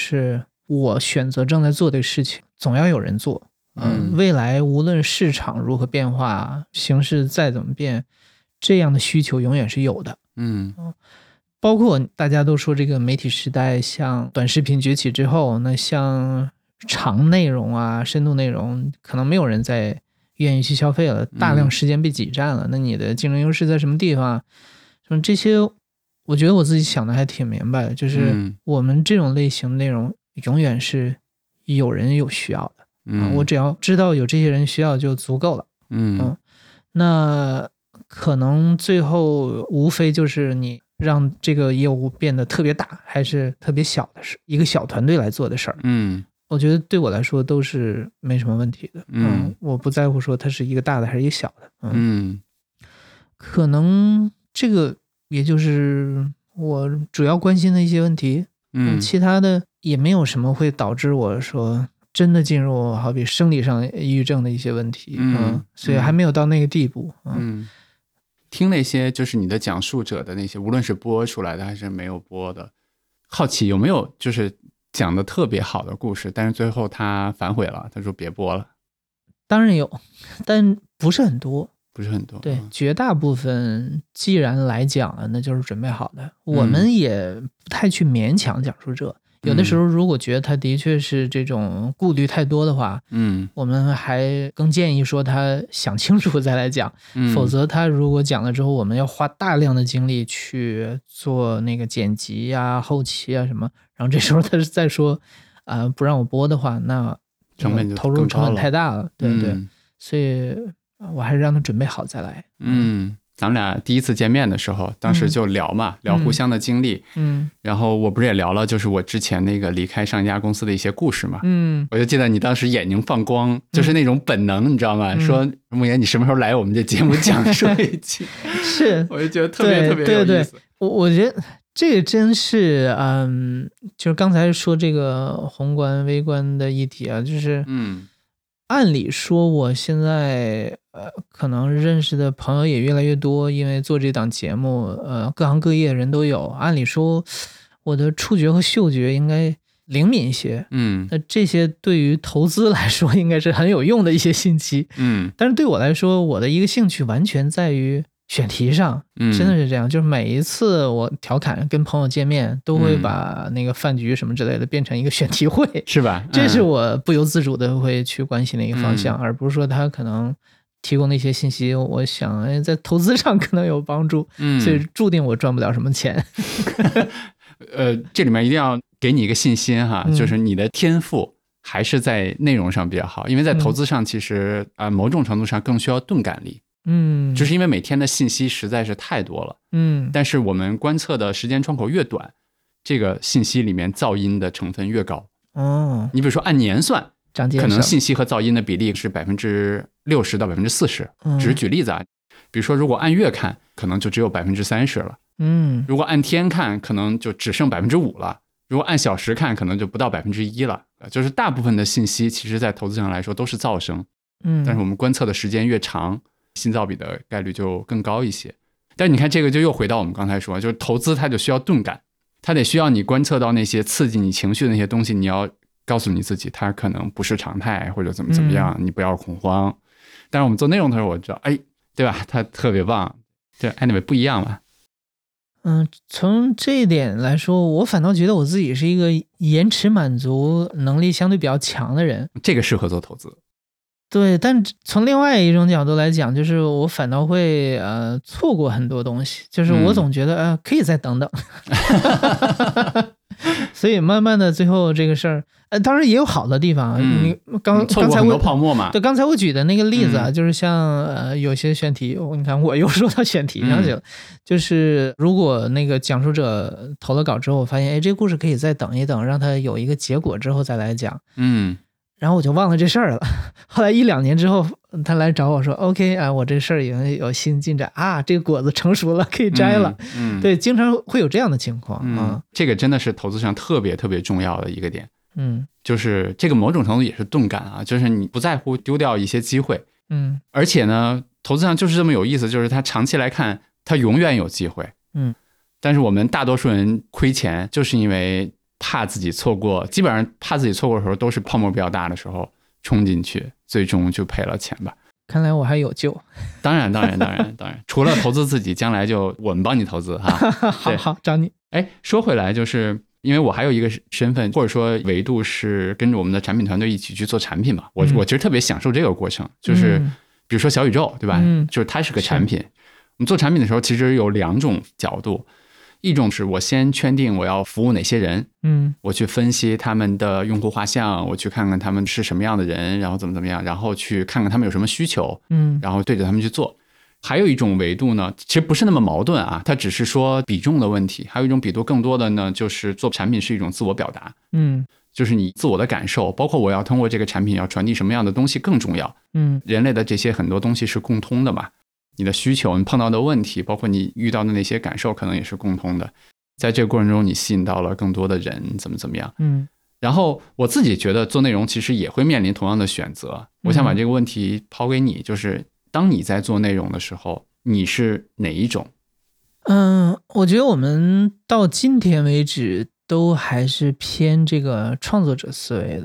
B: 我选择正在做的事情，总要有人做。嗯，未来无论市场如何变化，形势再怎么变，这样的需求永远是有的。
A: 嗯，
B: 包括大家都说这个媒体时代，像短视频崛起之后，那像长内容啊、深度内容，可能没有人再愿意去消费了，大量时间被挤占了。嗯、那你的竞争优势在什么地方？什么这些，我觉得我自己想的还挺明白的，就是我们这种类型的内容。永远是有人有需要的，
A: 嗯、
B: 啊，我只要知道有这些人需要就足够了，
A: 嗯,
B: 嗯，那可能最后无非就是你让这个业务变得特别大还是特别小的事，一个小团队来做的事儿，
A: 嗯，
B: 我觉得对我来说都是没什么问题的，
A: 嗯，
B: 嗯我不在乎说它是一个大的还是一个小的，
A: 嗯，嗯
B: 可能这个也就是我主要关心的一些问题。
A: 嗯，
B: 其他的也没有什么会导致我说真的进入好比生理上抑郁症的一些问题，
A: 嗯，
B: 嗯所以还没有到那个地步。
A: 嗯，嗯听那些就是你的讲述者的那些，无论是播出来的还是没有播的，好奇有没有就是讲的特别好的故事，但是最后他反悔了，他说别播了。
B: 当然有，但不是很多。
A: 不是很多。
B: 对，
A: 嗯、
B: 绝大部分既然来讲了，那就是准备好的。我们也不太去勉强讲述者。有的时候如果觉得他的确是这种顾虑太多的话，
A: 嗯，
B: 我们还更建议说他想清楚再来讲，
A: 嗯、
B: 否则他如果讲了之后，我们要花大量的精力去做那个剪辑呀、后期啊什么，然后这时候他再说啊、呃、不让我播的话，那
A: 成本就
B: 投入成本太大了，对对、
A: 嗯，
B: 所以我还是让他准备好再来。
A: 嗯，咱们俩第一次见面的时候，当时就聊嘛，嗯、聊互相的经历。
B: 嗯，
A: 然后我不是也聊了，就是我之前那个离开上一家公司的一些故事嘛。
B: 嗯，
A: 我就记得你当时眼睛放光，嗯、就是那种本能，你知道吗？嗯、说牧野，你什么时候来我们这节目讲述一期？
B: 是，
A: 我就觉得特别特别有意思。
B: 对对对，我我觉得这个真是，嗯，就是刚才说这个宏观微观的议题啊，就是
A: 嗯。
B: 按理说我现在呃可能认识的朋友也越来越多，因为做这档节目呃各行各业的人都有，按理说我的触觉和嗅觉应该灵敏一些，
A: 嗯，
B: 那这些对于投资来说应该是很有用的一些信息，
A: 嗯，
B: 但是对我来说我的一个兴趣完全在于选题上，真的是这样、嗯、就是每一次我调侃跟朋友见面都会把那个饭局什么之类的变成一个选题会、嗯、
A: 是吧、嗯、
B: 这是我不由自主的会去关心的一个方向、嗯、而不是说他可能提供的一些信息我想哎在投资上可能有帮助、嗯、所以注定我赚不了什么钱
A: 呃，这里面一定要给你一个信心哈、嗯、就是你的天赋还是在内容上比较好，因为在投资上其实、嗯、呃某种程度上更需要钝感力，
B: 嗯，
A: 就是因为每天的信息实在是太多了，
B: 嗯，
A: 但是我们观测的时间窗口越短，这个信息里面噪音的成分越高。
B: 哦，
A: 你比如说按年算，可能信息和噪音的比例是百分之六十到百分之四十，只是举例子啊。比如说如果按月看，可能就只有百分之三十了。
B: 嗯，
A: 如果按天看，可能就只剩百分之五了。如果按小时看，可能就不到百分之一了。就是大部分的信息，其实在投资上来说都是噪声。
B: 嗯，
A: 但是我们观测的时间越长，信噪比的概率就更高一些。但是你看这个就又回到我们刚才说，就是投资它就需要钝感，它得需要你观测到那些刺激你情绪的那些东西，你要告诉你自己它可能不是常态或者怎么怎么样、嗯、你不要恐慌。但是我们做内容的时候我知道哎，对吧，它特别棒，对 anyway 不一样嘛。
B: 嗯，从这一点来说，我反倒觉得我自己是一个延迟满足能力相对比较强的人，
A: 这个适合做投资。
B: 对，但从另外一种角度来讲，就是我反倒会呃错过很多东西，就是我总觉得、嗯、呃可以再等等，所以慢慢的最后这个事儿，呃当然也有好的地方，嗯、你刚
A: 错过很多泡沫嘛。
B: 对，刚才我举的那个例子啊，嗯、就是像呃有些选题，你看我又说到选题上去了，嗯、就是如果那个讲述者投了稿之后，我发现哎这个故事可以再等一等，让他有一个结果之后再来讲，
A: 嗯。
B: 然后我就忘了这事儿了。后来一两年之后，他来找我说 ：“OK 啊，我这事儿已经有新进展啊，这个果子成熟了，可以摘了。
A: 嗯”嗯，
B: 对，经常会有这样的情况啊、
A: 嗯。这个真的是投资上特别特别重要的一个点。
B: 嗯，
A: 就是这个某种程度也是钝感啊，就是你不在乎丢掉一些机会。
B: 嗯，
A: 而且呢，投资上就是这么有意思，就是它长期来看，它永远有机会。
B: 嗯，
A: 但是我们大多数人亏钱，就是因为怕自己错过，基本上怕自己错过的时候都是泡沫比较大的时候冲进去，最终就赔了钱吧。
B: 看来我还有救。
A: 当然当然当然当然，除了投资自己，将来就我们帮你投资哈。
B: 好好找你。
A: 哎，说回来，就是因为我还有一个身份或者说维度是跟着我们的产品团队一起去做产品嘛，我、嗯、我其实特别享受这个过程，就是比如说小宇宙对吧、嗯、就是它是个产品，我们做产品的时候其实有两种角度，一种是我先圈定我要服务哪些人，
B: 嗯，
A: 我去分析他们的用户画像，我去看看他们是什么样的人，然后怎么怎么样，然后去看看他们有什么需求，
B: 嗯，
A: 然后对着他们去做。还有一种维度呢，其实不是那么矛盾啊，它只是说比重的问题。还有一种比度更多的呢，就是做产品是一种自我表达，
B: 嗯，
A: 就是你自我的感受，包括我要通过这个产品要传递什么样的东西更重要。
B: 嗯，
A: 人类的这些很多东西是共通的嘛。你的需求，你碰到的问题，包括你遇到的那些感受，可能也是共通的。在这个过程中，你吸引到了更多的人，怎么怎么样？
B: 嗯。
A: 然后我自己觉得做内容其实也会面临同样的选择。我想把这个问题抛给你，就是当你在做内容的时候，你是哪一种？
B: 嗯，我觉得我们到今天为止都还是偏这个创作者思维的。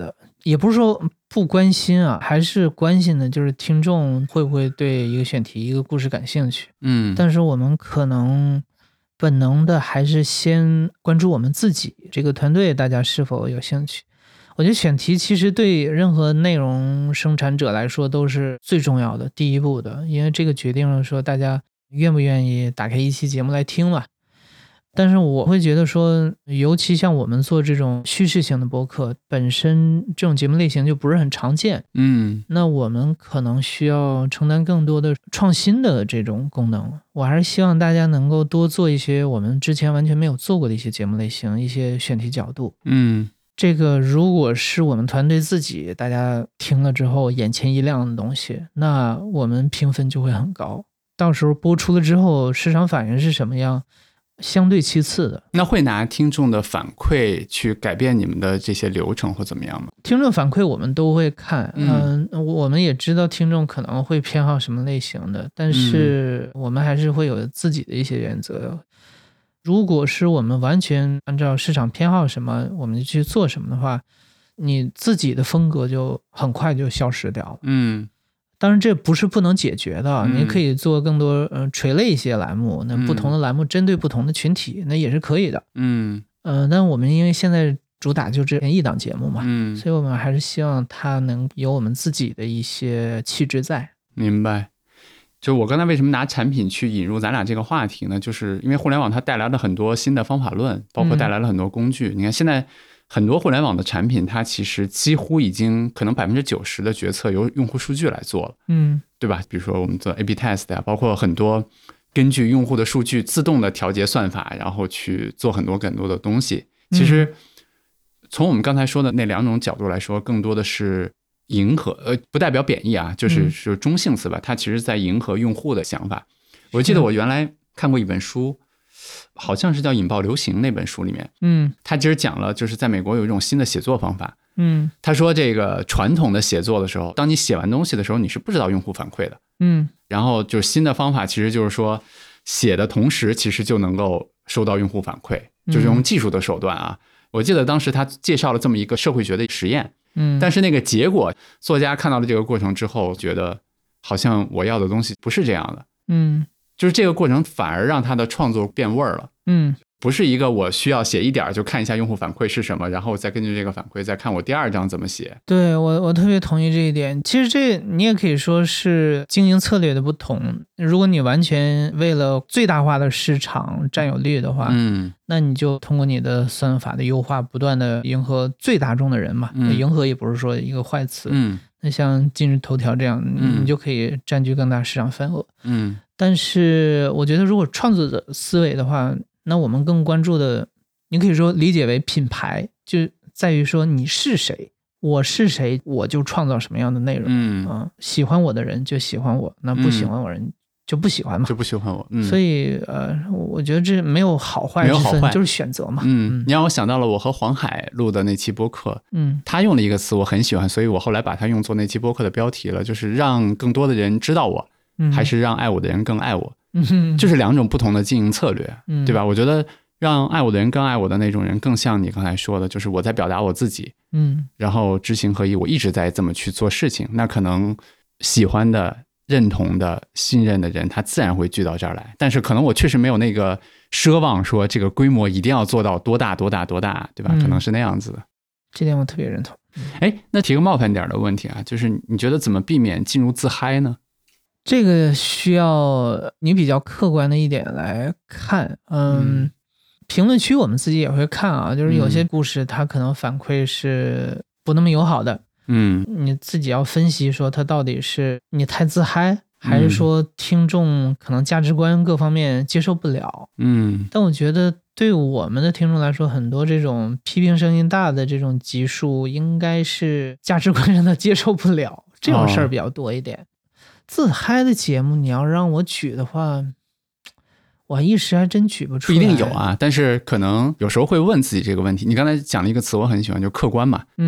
B: 也不是说不关心啊，还是关心的，就是听众会不会对一个选题、一个故事感兴趣。
A: 嗯，
B: 但是我们可能本能的还是先关注我们自己这个团队大家是否有兴趣。我觉得选题其实对任何内容生产者来说都是最重要的第一步的，因为这个决定了说大家愿不愿意打开一期节目来听嘛。但是我会觉得说，尤其像我们做这种叙事型的播客，本身这种节目类型就不是很常见，
A: 嗯，
B: 那我们可能需要承担更多的创新的这种功能。我还是希望大家能够多做一些我们之前完全没有做过的一些节目类型，一些选题角度。
A: 嗯，
B: 这个如果是我们团队自己大家听了之后眼前一亮的东西，那我们评分就会很高。到时候播出了之后市场反应是什么样，相对其次的。
A: 那会拿听众的反馈去改变你们的这些流程或怎么样吗？
B: 听众反馈我们都会看，嗯、呃，我们也知道听众可能会偏好什么类型的，但是我们还是会有自己的一些原则的。如果是我们完全按照市场偏好什么我们就去做什么的话，你自己的风格就很快就消失掉了。
A: 嗯，
B: 当然这不是不能解决的，
A: 嗯、
B: 你可以做更多呃垂类一些栏目，那不同的栏目针对不同的群体，那也是可以的。
A: 嗯，
B: 呃，但我们因为现在主打就这一档节目嘛，
A: 嗯，
B: 所以我们还是希望它能有我们自己的一些气质在。
A: 明白。就我刚才为什么拿产品去引入咱俩这个话题呢？就是因为互联网它带来了很多新的方法论，包括带来了很多工具。嗯、你看现在很多互联网的产品，它其实几乎已经可能百分之九十的决策由用户数据来做了，嗯，对吧？比如说我们做 A B test 呀，包括很多根据用户的数据自动的调节算法，然后去做很多很多的东西。其实从我们刚才说的那两种角度来说，更多的是迎合，呃，不代表贬义啊，就是是中性词吧。它其实在迎合用户的想法。我记得我原来看过一本书，好像是叫《引爆流行》那本书里面，嗯，他其实讲了，就是在美国有一种新的写作方法，嗯，他说这个传统的写作的时候，当你写完东西的时候，你是不知道用户反馈的，嗯，然后就是新的方法，其实就是说写的同时，其实就能够收到用户反馈，就是用技术的手段啊。我记得当时他介绍了这么一个社会学的实验。嗯，但是那个结果，作家看到了这个过程之后，觉得好像我要的东西不是这样的。嗯，就是这个过程反而让他的创作变味儿了。嗯，不是一个我需要写一点就看一下用户反馈是什么，然后再根据这个反馈再看我第二章怎么写。
B: 对，我我特别同意这一点。其实这你也可以说是经营策略的不同。如果你完全为了最大化的市场占有率的话，嗯，那你就通过你的算法的优化，不断的迎合最大众的人嘛。嗯、迎合也不是说一个坏词。嗯，那像今日头条这样，嗯、你就可以占据更大市场份额。嗯，但是我觉得如果创作者思维的话，那我们更关注的，你可以说理解为品牌，就在于说你是谁，我是谁，我就创造什么样的内容。嗯、呃、喜欢我的人就喜欢我，那不喜欢我的人就不喜欢嘛，
A: 就不喜欢我。嗯、
B: 所以呃，我觉得这没有好坏之分，就是选择嘛。
A: 嗯，你让我想到了我和黄海录的那期播客，嗯，他用了一个词我很喜欢，所以我后来把它用作那期播客的标题了，就是让更多的人知道我，嗯、还是让爱我的人更爱我。嗯，就是两种不同的经营策略，嗯、对吧？我觉得让爱我的人更爱我的那种人，更像你刚才说的，就是我在表达我自己，嗯，然后知行合一，我一直在这么去做事情。那可能喜欢的、认同的、信任的人，他自然会聚到这儿来。但是可能我确实没有那个奢望，说这个规模一定要做到多大多大多大，对吧？嗯、可能是那样子的。
B: 这点我特别认同。
A: 哎，那提个冒犯点的问题啊，就是你觉得怎么避免进入自嗨呢？
B: 这个需要你比较客观的一点来看，嗯，嗯评论区我们自己也会看啊，就是有些故事它可能反馈是不那么友好的，嗯，你自己要分析说它到底是你太自嗨，还是说听众可能价值观各方面接受不了，嗯，但我觉得对我们的听众来说，很多这种批评声音大的这种集数，应该是价值观上的接受不了，这种事儿比较多一点。哦，自嗨的节目你要让我举的话，我一时还真举不出来。
A: 不一定有啊，但是可能有时候会问自己这个问题。你刚才讲了一个词我很喜欢，就客观嘛。嗯，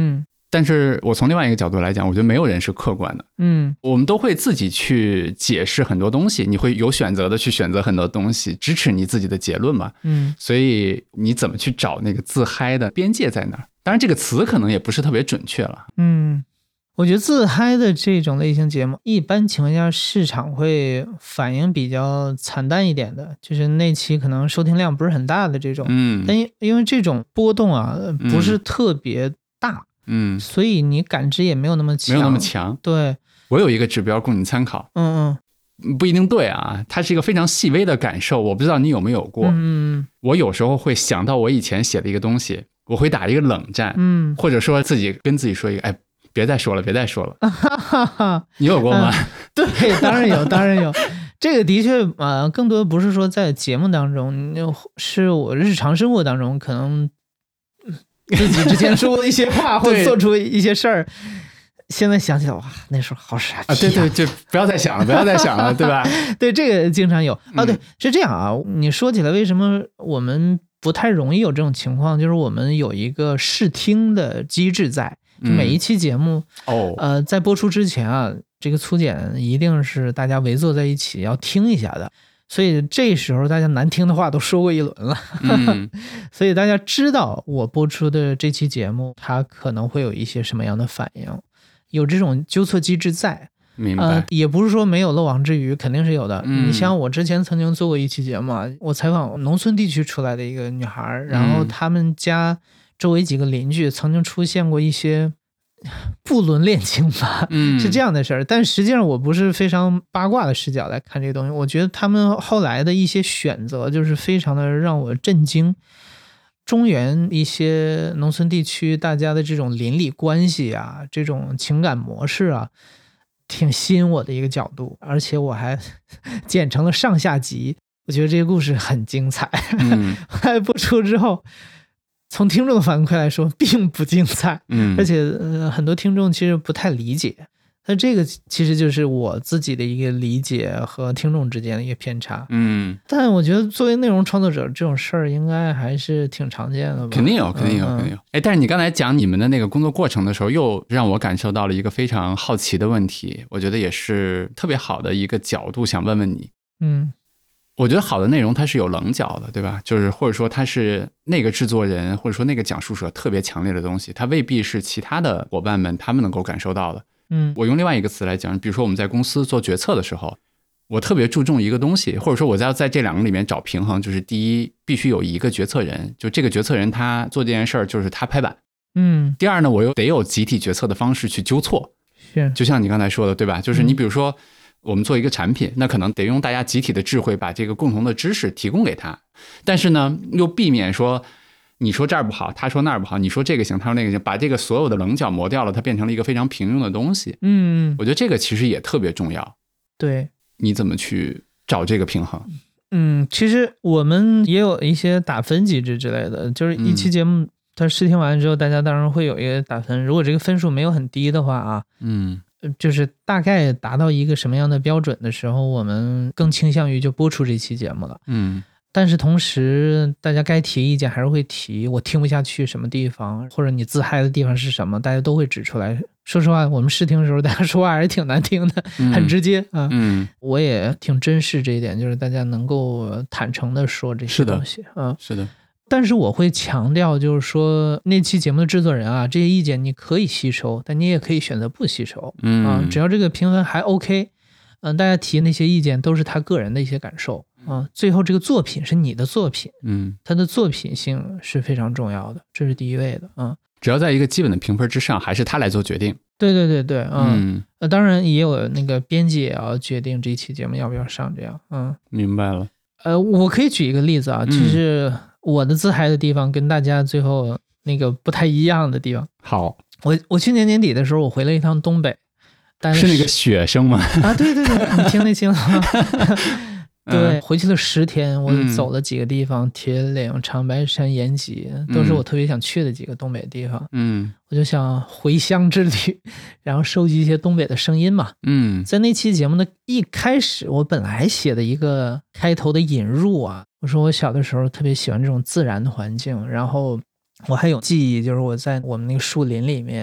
A: 但是我从另外一个角度来讲，我觉得没有人是客观的。
B: 嗯，
A: 我们都会自己去解释很多东西，你会有选择的去选择很多东西，支持你自己的结论嘛。
B: 嗯，
A: 所以你怎么去找那个自嗨的边界在哪儿？当然这个词可能也不是特别准确了。
B: 嗯，我觉得自嗨的这种类型节目，一般情况下市场会反应比较惨淡一点的，就是那期可能收听量不是很大的这种。
A: 嗯，
B: 但因因为这种波动啊不是特别大。
A: 嗯，
B: 所以你感知也没有那么强，
A: 没有那么强。
B: 对，
A: 我有一个指标供你参考。
B: 嗯
A: 嗯，不一定对啊，它是一个非常细微的感受，我不知道你有没有过。
B: 嗯，
A: 我有时候会想到我以前写的一个东西，我会打一个冷战，嗯，或者说自己跟自己说一个，哎，别再说了，别再说了。你有过吗？
B: 嗯、对，当然有，当然有。这个的确啊、呃，更多不是说在节目当中，是我日常生活当中可能。自己之前说过的一些话，或者做出一些事儿，现在想起来，哇，那时候好傻逼、啊
A: 啊！对对，就不要再想了，不要再想了，对吧？
B: 对，这个经常有啊。对，是这样啊。你说起来，为什么我们不太容易有这种情况？就是我们有一个试听的机制在，就每一期节目、
A: 嗯、哦，
B: 呃，在播出之前啊，这个粗剪一定是大家围坐在一起要听一下的。所以这时候大家难听的话都说过一轮了、嗯、所以大家知道我播出的这期节目它可能会有一些什么样的反应，有这种纠错机制在。
A: 明白、
B: 呃、也不是说没有漏网之鱼，肯定是有的、
A: 嗯、
B: 你像我之前曾经做过一期节目啊，我采访农村地区出来的一个女孩，然后他们家周围几个邻居曾经出现过一些不伦恋情吧，
A: 嗯，
B: 是这样的事儿。但实际上我不是非常八卦的视角来看这个东西，我觉得他们后来的一些选择就是非常的让我震惊。中原一些农村地区大家的这种邻里关系啊，这种情感模式啊，挺吸引我的一个角度，而且我还剪成了上下集，我觉得这个故事很精彩。
A: 嗯，
B: 后来播出之后，从听众的反馈来说并不精彩，
A: 嗯，
B: 而且、呃、很多听众其实不太理解，那这个其实就是我自己的一个理解和听众之间的一个偏差，
A: 嗯，
B: 但我觉得作为内容创作者这种事儿应该还是挺常见的吧。
A: 肯定有肯定有、嗯、肯定有。哎，但是你刚才讲你们的那个工作过程的时候，又让我感受到了一个非常好奇的问题，我觉得也是特别好的一个角度想问问你。
B: 嗯，
A: 我觉得好的内容它是有棱角的，对吧？就是或者说它是那个制作人或者说那个讲述者特别强烈的东西，它未必是其他的伙伴们他们能够感受到的。
B: 嗯，
A: 我用另外一个词来讲，比如说我们在公司做决策的时候，我特别注重一个东西，或者说我要在这两个里面找平衡，就是第一必须有一个决策人，就这个决策人他做这件事儿就是他拍板。
B: 嗯，
A: 第二呢，我又得有集体决策的方式去纠错。
B: 是，
A: 就像你刚才说的，对吧？就是你比如说我们做一个产品，那可能得用大家集体的智慧把这个共同的知识提供给他，但是呢又避免说你说这儿不好，他说那儿不好，你说这个行，他说那个行，把这个所有的棱角磨掉了，它变成了一个非常平庸的东西。
B: 嗯，
A: 我觉得这个其实也特别重要。
B: 对，
A: 你怎么去找这个平衡？
B: 嗯，其实我们也有一些打分机制之类的，就是一期节目它试听完之后，大家当然会有一个打分，如果这个分数没有很低的话啊，
A: 嗯，
B: 就是大概达到一个什么样的标准的时候，我们更倾向于就播出这期节目了。
A: 嗯，
B: 但是同时大家该提意见还是会提，我听不下去什么地方，或者你自嗨的地方是什么，大家都会指出来。说实话，我们试听的时候大家说话还是挺难听的，
A: 嗯、
B: 很直接啊。
A: 嗯，
B: 我也挺珍视这一点，就是大家能够坦诚的说这些东西啊。
A: 是的。
B: 但是我会强调，就是说那期节目的制作人啊，这些意见你可以吸收，但你也可以选择不吸收。
A: 嗯
B: 啊，只要这个评分还 OK， 嗯、呃，大家提那些意见都是他个人的一些感受啊。最后这个作品是你的作品，
A: 嗯，
B: 它的作品性是非常重要的，这是第一位的啊。
A: 只要在一个基本的评分之上，还是他来做决定。
B: 对对对对，
A: 嗯，
B: 呃，当然也有那个编辑也要决定这一期节目要不要上，这样，嗯，
A: 明白了。
B: 呃，我可以举一个例子啊，其实我的自嗨的地方跟大家最后那个不太一样的地方。
A: 好，
B: 我我去年年底的时候，我回了一趟东北，但 是,
A: 是那个雪生吗？
B: 啊，对对对，你听那清了吗？对，回去了十天，我走了几个地方，铁岭、长白山、延吉，都是我特别想去的几个东北地方。
A: 嗯，
B: 我就想回乡之旅，然后收集一些东北的声音嘛。
A: 嗯，
B: 在那期节目的一开始，我本来写的一个开头的引入啊，我说我小的时候特别喜欢这种自然的环境，然后我还有记忆，就是我在我们那个树林里面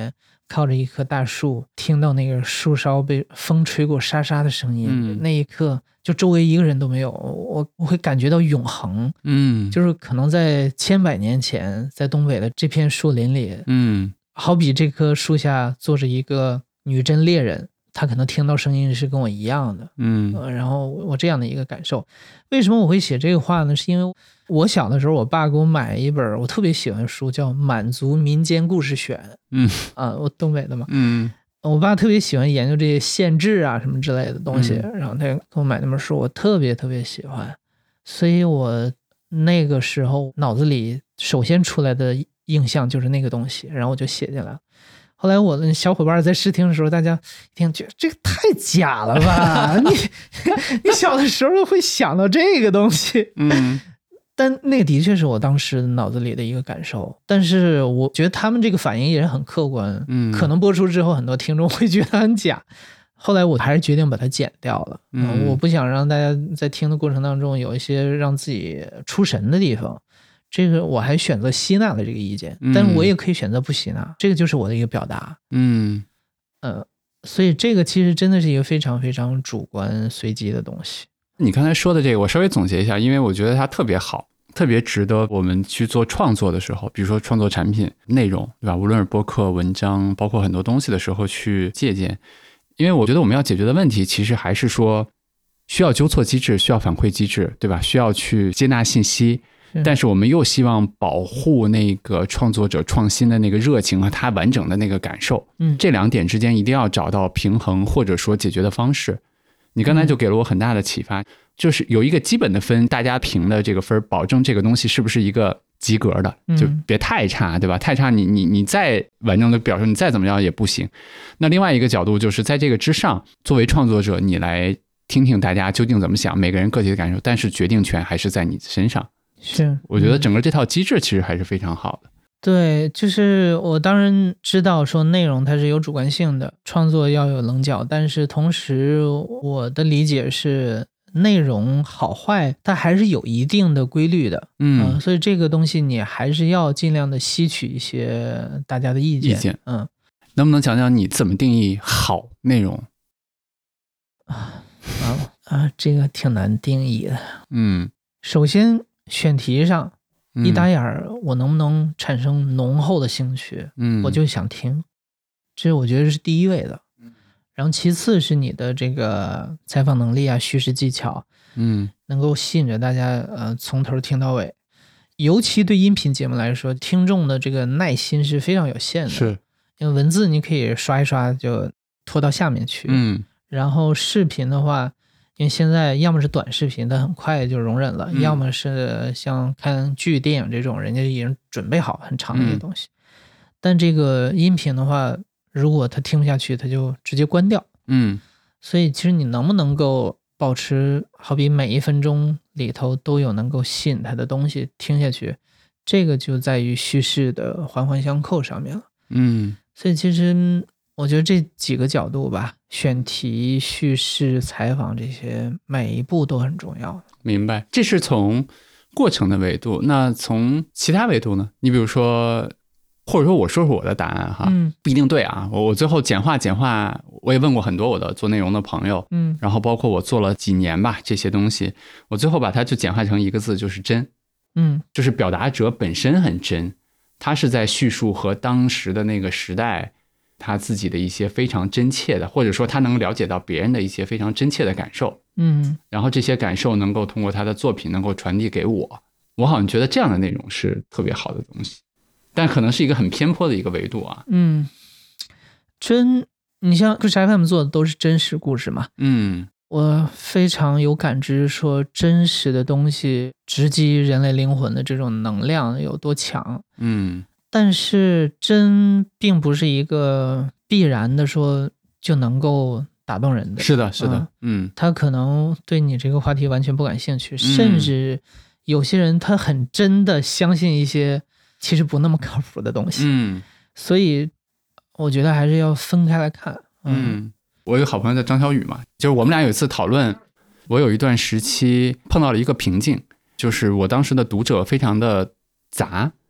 B: 靠着一棵大树，听到那个树梢被风吹过沙沙的声音，
A: 嗯，
B: 那一刻就周围一个人都没有，我我会感觉到永恒。
A: 嗯，
B: 就是可能在千百年前，在东北的这片树林里，
A: 嗯，
B: 好比这棵树下坐着一个女真猎人，她可能听到声音是跟我一样的。
A: 嗯，
B: 呃、然后我这样的一个感受。为什么我会写这个话呢？是因为我小的时候，我爸给我买一本我特别喜欢的书，叫《满族民间故事选》。
A: 嗯，
B: 啊，我东北的嘛。
A: 嗯，
B: 我爸特别喜欢研究这些县志啊什么之类的东西，
A: 嗯、
B: 然后他给我买那本书，我特别特别喜欢，所以我那个时候脑子里首先出来的印象就是那个东西，然后我就写进来了。后来我的小伙伴在试听的时候，大家一听觉得这个太假了吧？你你小的时候会想到这个东西，
A: 嗯，
B: 但那个的确是我当时脑子里的一个感受。但是我觉得他们这个反应也是很客观，
A: 嗯，
B: 可能播出之后很多听众会觉得很假。后来我还是决定把它剪掉了，
A: 嗯、
B: 呃，我不想让大家在听的过程当中有一些让自己出神的地方。这个我还选择吸纳了这个意见，但我也可以选择不吸纳，嗯、这个就是我的一个表达。
A: 嗯，
B: 呃，所以这个其实真的是一个非常非常主观随机的东西。
A: 你刚才说的这个我稍微总结一下，因为我觉得它特别好，特别值得我们去做创作的时候，比如说创作产品内容，对吧？无论是播客文章包括很多东西的时候去借鉴。因为我觉得我们要解决的问题其实还是说需要纠错机制，需要反馈机制，对吧？需要去接纳信息，但是我们又希望保护那个创作者创新的那个热情和他完整的那个感受，
B: 嗯，
A: 这两点之间一定要找到平衡，或者说解决的方式。你刚才就给了我很大的启发，嗯、就是有一个基本的分，大家评的这个分，保证这个东西是不是一个及格的，就别太差，对吧？太差你你你再完整的表述，你再怎么样也不行。那另外一个角度就是在这个之上，作为创作者，你来听听大家究竟怎么想，每个人个体的感受，但是决定权还是在你身上。
B: 是，
A: 我觉得整个这套机制其实还是非常好的。
B: 对，就是我当然知道说内容它是有主观性的，创作要有棱角，但是同时我的理解是内容好坏它还是有一定的规律的。嗯、呃，所以这个东西你还是要尽量的吸取一些大家的意见。
A: 意见，
B: 嗯，
A: 能不能讲讲你怎么定义好内容？
B: 啊啊啊，这个挺难定义的。
A: 嗯，
B: 首先选题上一打眼儿，我能不能产生浓厚的兴趣？嗯，我就想听，这我觉得是第一位的。然后其次是你的这个采访能力啊，叙事技巧，嗯，能够吸引着大家，呃，从头听到尾。尤其对音频节目来说，听众的这个耐心是非常有限的。
A: 是，
B: 因为文字你可以刷一刷就拖到下面去，嗯，然后视频的话，因为现在要么是短视频，它很快就容忍了，嗯、要么是像看剧、电影这种，人家已经准备好很长的一个东西。嗯、但这个音频的话，如果他听不下去，他就直接关掉。嗯，所以其实你能不能够保持，好比每一分钟里头都有能够吸引他的东西听下去，这个就在于叙事的环环相扣上面了。嗯，所以其实我觉得这几个角度吧，选题、叙事、采访这些每一步都很重要。
A: 明白，这是从过程的维度。那从其他维度呢？你比如说，或者说我说说我的答案哈，嗯、不一定对啊。我我最后简化简化，我也问过很多我的做内容的朋友，嗯，然后包括我做了几年吧，这些东西，我最后把它就简化成一个字，就是真。嗯，就是表达者本身很真。他是在叙述和当时的那个时代他自己的一些非常真切的，或者说他能了解到别人的一些非常真切的感受，嗯，然后这些感受能够通过他的作品能够传递给我，我好像觉得这样的内容是特别好的东西，但可能是一个很偏颇的一个维度啊。
B: 嗯，真，你像故事 F M 做的都是真实故事嘛，嗯，我非常有感知，说真实的东西直击人类灵魂的这种能量有多强。嗯，但是真并不是一个必然的说就能够打动人的。
A: 是的，是的，嗯，
B: 他可能对你这个话题完全不感兴趣，嗯、甚至有些人他很真的相信一些其实不那么靠谱的东西。嗯，所以我觉得还是要分开来看。嗯。嗯，
A: 我有个好朋友叫张小雨嘛，就是我们俩有一次讨论，我有一段时期碰到了一个瓶颈，就是我当时的读者非常的杂，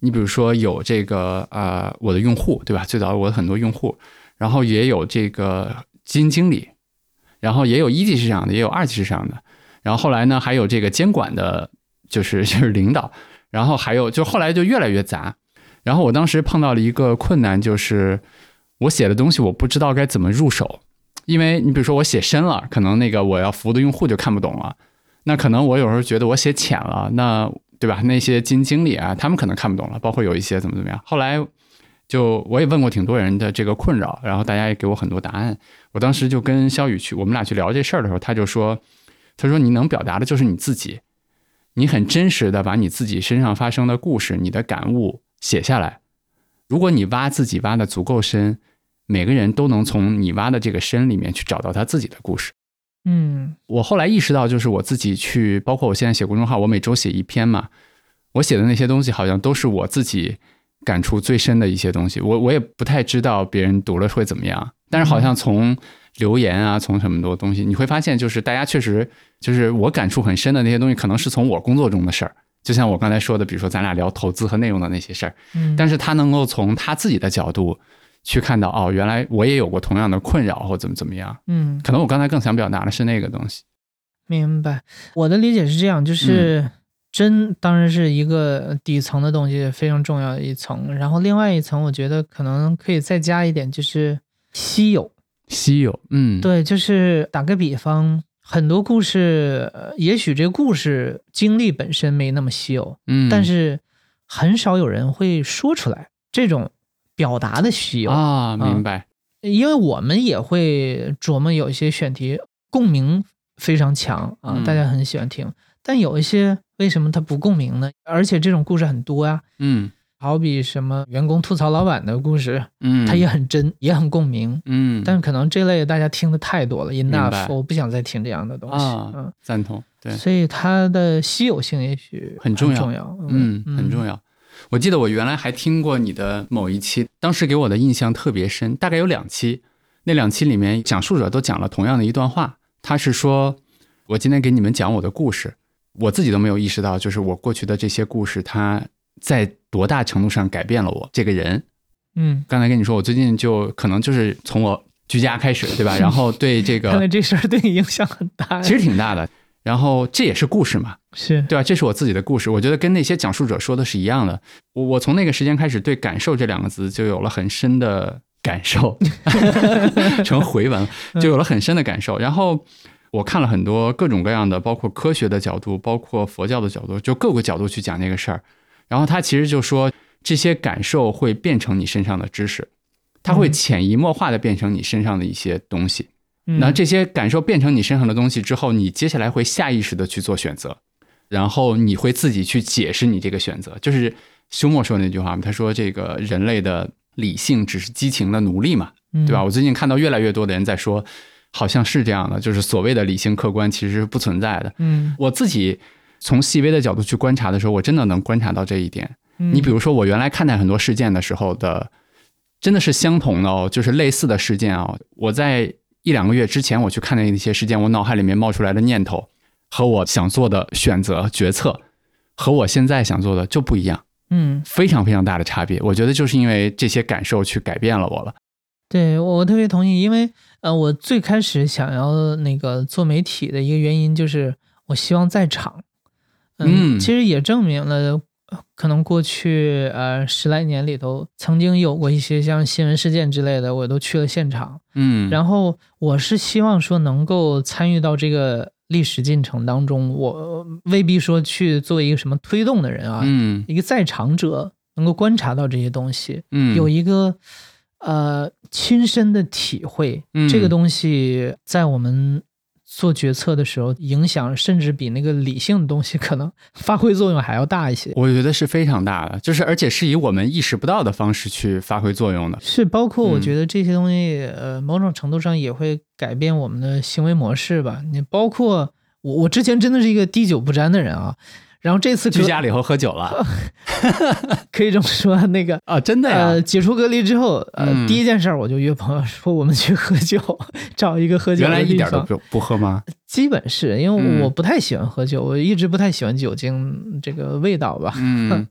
A: 你比如说有这个呃我的用户，对吧？最早我的很多用户，然后也有这个基金经理，然后也有一级市场的，也有二级市场的，然后后来呢还有这个监管的，就是就是领导，然后还有就后来就越来越杂。然后我当时碰到了一个困难，就是我写的东西我不知道该怎么入手，因为你比如说我写深了，可能那个我要服务的用户就看不懂了，那可能我有时候觉得我写浅了，那对吧？那些基金经理啊，他们可能看不懂了，包括有一些怎么怎么样。后来就我也问过挺多人的这个困扰，然后大家也给我很多答案。我当时就跟肖宇去，我们俩去聊这事儿的时候，他就说，他说你能表达的就是你自己，你很真实的把你自己身上发生的故事、你的感悟写下来。如果你挖自己挖的足够深，每个人都能从你挖的这个深里面去找到他自己的故事。
B: 嗯，
A: 我后来意识到，就是我自己去，包括我现在写公众号，我每周写一篇嘛，我写的那些东西好像都是我自己感触最深的一些东西。我我也不太知道别人读了会怎么样，但是好像从留言啊，从什么多东西，你会发现，就是大家确实就是我感触很深的那些东西，可能是从我工作中的事儿。就像我刚才说的，比如说咱俩聊投资和内容的那些事儿，
B: 嗯，
A: 但是他能够从他自己的角度去看到，哦，原来我也有过同样的困扰或怎么怎么样。
B: 嗯，
A: 可能我刚才更想表达的是那个东西。
B: 明白。我的理解是这样，就是真当然是一个底层的东西，非常重要的一层。然后另外一层，我觉得可能可以再加一点，就是稀有。
A: 稀有，嗯，
B: 对，就是打个比方，很多故事，呃也许这个故事经历本身没那么稀有，
A: 嗯，
B: 但是很少有人会说出来，这种表达的稀有
A: 啊，明白。
B: 嗯，因为我们也会琢磨有一些选题共鸣非常强啊，
A: 嗯，
B: 大家很喜欢听，但有一些为什么它不共鸣呢？而且这种故事很多呀，
A: 嗯，
B: 好比什么员工吐槽老板的故事，
A: 嗯，
B: 它也很真，也很共鸣，
A: 嗯，
B: 但可能这类大家听的太多了 ，enough，我不想再听这样的东西，
A: 啊，
B: 嗯，
A: 赞同，对，
B: 所以它的稀有性也许
A: 很重要，
B: 重要，
A: 嗯，很重要。我记得我原来还听过你的某一期，当时给我的印象特别深，大概有两期，那两期里面讲述者都讲了同样的一段话，他是说，我今天给你们讲我的故事，我自己都没有意识到，就是我过去的这些故事，它在多大程度上改变了我这个人。
B: 嗯，
A: 刚才跟你说，我最近就可能就是从我居家开始，对吧？然后对这个，
B: 看来这事儿对你影响很大，
A: 其实挺大的。然后这也是故事嘛，
B: 是
A: 对吧？这是我自己的故事，我觉得跟那些讲述者说的是一样的。我我从那个时间开始，对感受这两个字就有了很深的感受，成回文就有了很深的感受。然后我看了很多各种各样的，包括科学的角度，包括佛教的角度，就各个角度去讲那个事儿。然后他其实就说，这些感受会变成你身上的知识，它会潜移默化的变成你身上的一些东西。那这些感受变成你身上的东西之后，你接下来会下意识的去做选择，然后你会自己去解释你这个选择。就是休谟说那句话嘛，他说这个人类的理性只是激情的奴隶嘛，对吧？我最近看到越来越多的人在说，好像是这样的，就是所谓的理性客观其实是不存在的。
B: 嗯，
A: 我自己从细微的角度去观察的时候，我真的能观察到这一点。你比如说，我原来看待很多事件的时候的，真的是相同的哦，就是类似的事件哦，我在一两个月之前我去看的那些事件，我脑海里面冒出来的念头和我想做的选择决策和我现在想做的就不一样，
B: 嗯，
A: 非常非常大的差别。我觉得就是因为这些感受去改变了我了。
B: 对，我特别同意，因为呃，我最开始想要那个做媒体的一个原因就是我希望在场，嗯，嗯其实也证明了。可能过去呃十来年里头，曾经有过一些像新闻事件之类的，我都去了现场。
A: 嗯，
B: 然后我是希望说能够参与到这个历史进程当中，我未必说去作为一个什么推动的人啊，
A: 嗯，
B: 一个在场者能够观察到这些东西，
A: 嗯，
B: 有一个呃亲身的体会，
A: 嗯，
B: 这个东西在我们做决策的时候影响甚至比那个理性的东西可能发挥作用还要大一些。
A: 我觉得是非常大的，就是而且是以我们意识不到的方式去发挥作用的。
B: 是包括我觉得这些东西、嗯、呃某种程度上也会改变我们的行为模式吧。你包括我我之前真的是一个滴酒不沾的人啊，然后这次
A: 居家里后喝酒了
B: 可以这么说。那个
A: 啊，真的呀、
B: 呃、解除隔离之后呃、嗯、第一件事我就约朋友说我们去喝酒，找一个喝酒的地方。
A: 原来一点都不不喝吗？
B: 基本是因为我不太喜欢喝酒、嗯、我一直不太喜欢酒精这个味道吧。
A: 嗯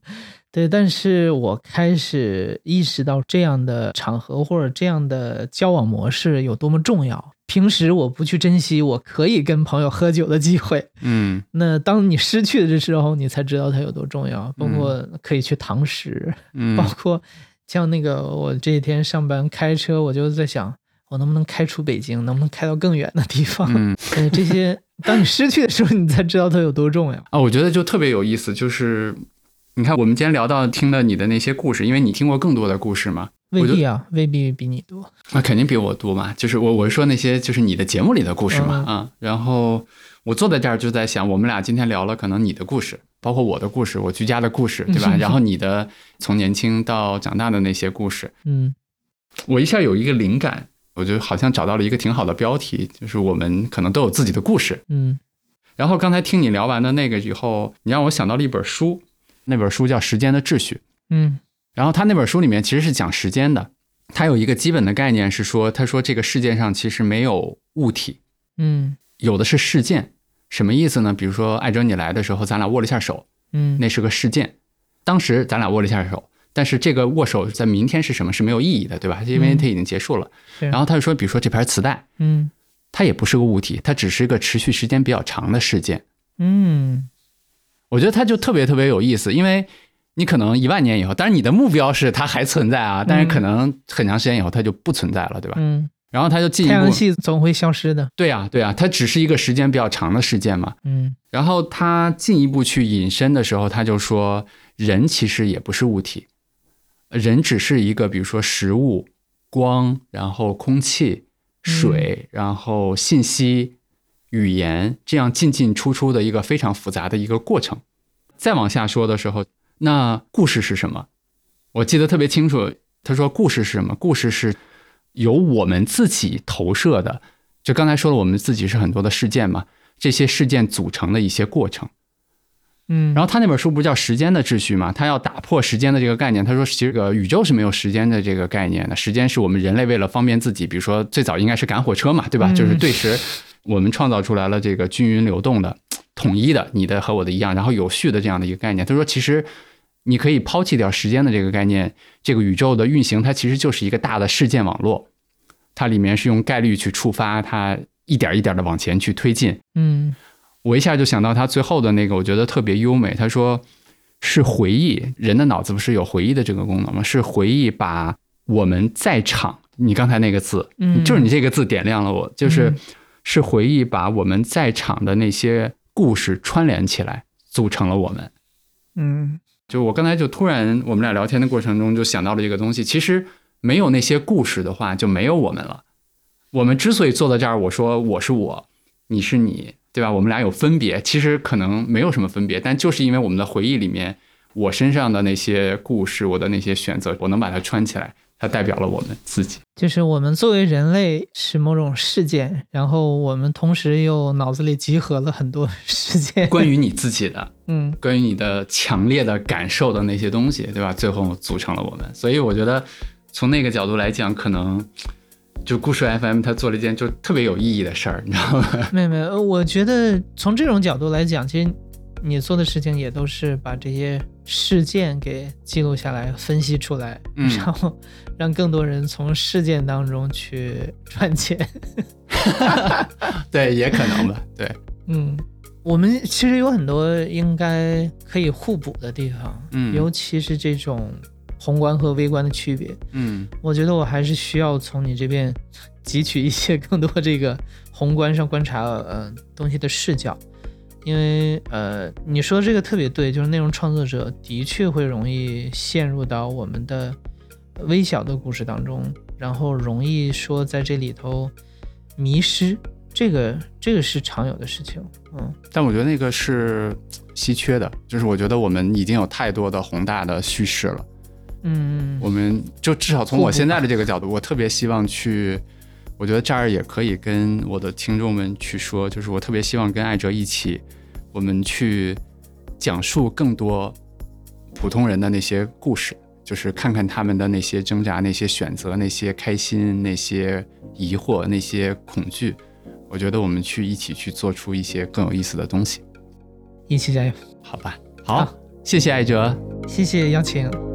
B: 对，但是我开始意识到这样的场合或者这样的交往模式有多么重要。平时我不去珍惜我可以跟朋友喝酒的机会，
A: 嗯，
B: 那当你失去的时候，你才知道它有多重要。包括可以去堂食，
A: 嗯，
B: 包括像那个我这一天上班开车，我就在想，我能不能开出北京，能不能开到更远的地方？嗯，对，这些当你失去的时候，你才知道它有多重要
A: 啊。我觉得就特别有意思，就是你看我们今天聊到听的你的那些故事，因为你听过更多的故事嘛。
B: 未必啊，未必比你多。
A: 那肯定比我多嘛。就是我我是说那些就是你的节目里的故事嘛，嗯、啊。然后我坐在这儿就在想，我们俩今天聊了可能你的故事，包括我的故事，我居家的故事，对吧？然后你的从年轻到长大的那些故事，
B: 嗯，
A: 我一下有一个灵感，我就好像找到了一个挺好的标题，就是我们可能都有自己的故事，
B: 嗯。
A: 然后刚才听你聊完的那个以后，你让我想到了一本书，那本书叫《时间的秩序》，
B: 嗯。
A: 然后他那本书里面其实是讲时间的，他有一个基本的概念是说，他说这个世界上其实没有物体，
B: 嗯，
A: 有的是事件。什么意思呢？比如说艾哲你来的时候，咱俩握了一下手，
B: 嗯，
A: 那是个事件，当时咱俩握了一下手，但是这个握手在明天是什么是没有意义的，对吧？因为它已经结束了。
B: 嗯、
A: 然后他就说，比如说这盘磁带，
B: 嗯，
A: 它也不是个物体，它只是一个持续时间比较长的事件。
B: 嗯，
A: 我觉得它就特别特别有意思，因为你可能一万年以后，当然你的目标是它还存在啊，但是可能很长时间以后它就不存在了，对吧？
B: 嗯，
A: 然后它就进一步，
B: 太阳系总会消失的。
A: 对啊，对啊，它只是一个时间比较长的事件嘛。
B: 嗯，
A: 然后它进一步去引申的时候，他就说人其实也不是物体，人只是一个比如说食物、光，然后空气、水，然后信息、语言，这样进进出出的一个非常复杂的一个过程。再往下说的时候，那故事是什么？我记得特别清楚，他说故事是什么？故事是由我们自己投射的，就刚才说了，我们自己是很多的事件嘛，这些事件组成的一些过程。
B: 嗯，
A: 然后他那本书不是叫《时间的秩序》吗？他要打破时间的这个概念。他说，其实这个宇宙是没有时间的这个概念的，时间是我们人类为了方便自己，比如说最早应该是赶火车嘛，对吧？
B: 嗯、
A: 就是对时，我们创造出来了这个均匀流动的、统一的，你的和我的一样，然后有序的这样的一个概念。他说，其实你可以抛弃掉时间的这个概念，这个宇宙的运行它其实就是一个大的事件网络，它里面是用概率去触发，它一点一点的往前去推进。
B: 嗯，
A: 我一下就想到他最后的那个，我觉得特别优美。他说是回忆，人的脑子不是有回忆的这个功能吗？是回忆把我们在场，你刚才那个字，
B: 嗯，
A: 就是你这个字点亮了我，就是是回忆把我们在场的那些故事串联起来，组成了我们。
B: 嗯，
A: 就我刚才就突然我们俩聊天的过程中就想到了这个东西，其实没有那些故事的话就没有我们了。我们之所以坐在这儿，我说我是我，你是你，对吧？我们俩有分别，其实可能没有什么分别，但就是因为我们的回忆里面，我身上的那些故事，我的那些选择，我能把它串起来，它代表了我们自己。
B: 就是我们作为人类是某种事件，然后我们同时又脑子里集合了很多事件，
A: 关于你自己的，
B: 嗯，
A: 关于你的强烈的感受的那些东西，对吧？最后组成了我们。所以我觉得从那个角度来讲，可能就故事 F M 他做了一件就特别有意义的事儿，你知道吗？
B: 没有没有，我觉得从这种角度来讲，其实你做的事情也都是把这些事件给记录下来、分析出来，
A: 嗯、
B: 然后让更多人从事件当中去赚钱。
A: 对，也可能吧。对，
B: 嗯，我们其实有很多应该可以互补的地方，
A: 嗯，
B: 尤其是这种宏观和微观的区别，
A: 嗯，
B: 我觉得我还是需要从你这边汲取一些更多这个宏观上观察呃东西的视角，因为呃你说这个特别对，就是内容创作者的确会容易陷入到我们的微小的故事当中，然后容易说在这里头迷失，这个这个是常有的事情，嗯，
A: 但我觉得那个是稀缺的，就是我觉得我们已经有太多的宏大的叙事了。
B: 嗯，
A: 我们就至少从我现在的这个角度，我特别希望去，我觉得这儿也可以跟我的听众们去说，就是我特别希望跟艾哲一起，我们去讲述更多普通人的那些故事，就是看看他们的那些挣扎、那些选择、那些开心、那些疑惑、那些恐惧。我觉得我们去一起去做出一些更有意思的东西，
B: 一起加油，
A: 好吧？好。好， 谢谢艾哲，
B: 谢谢邀请。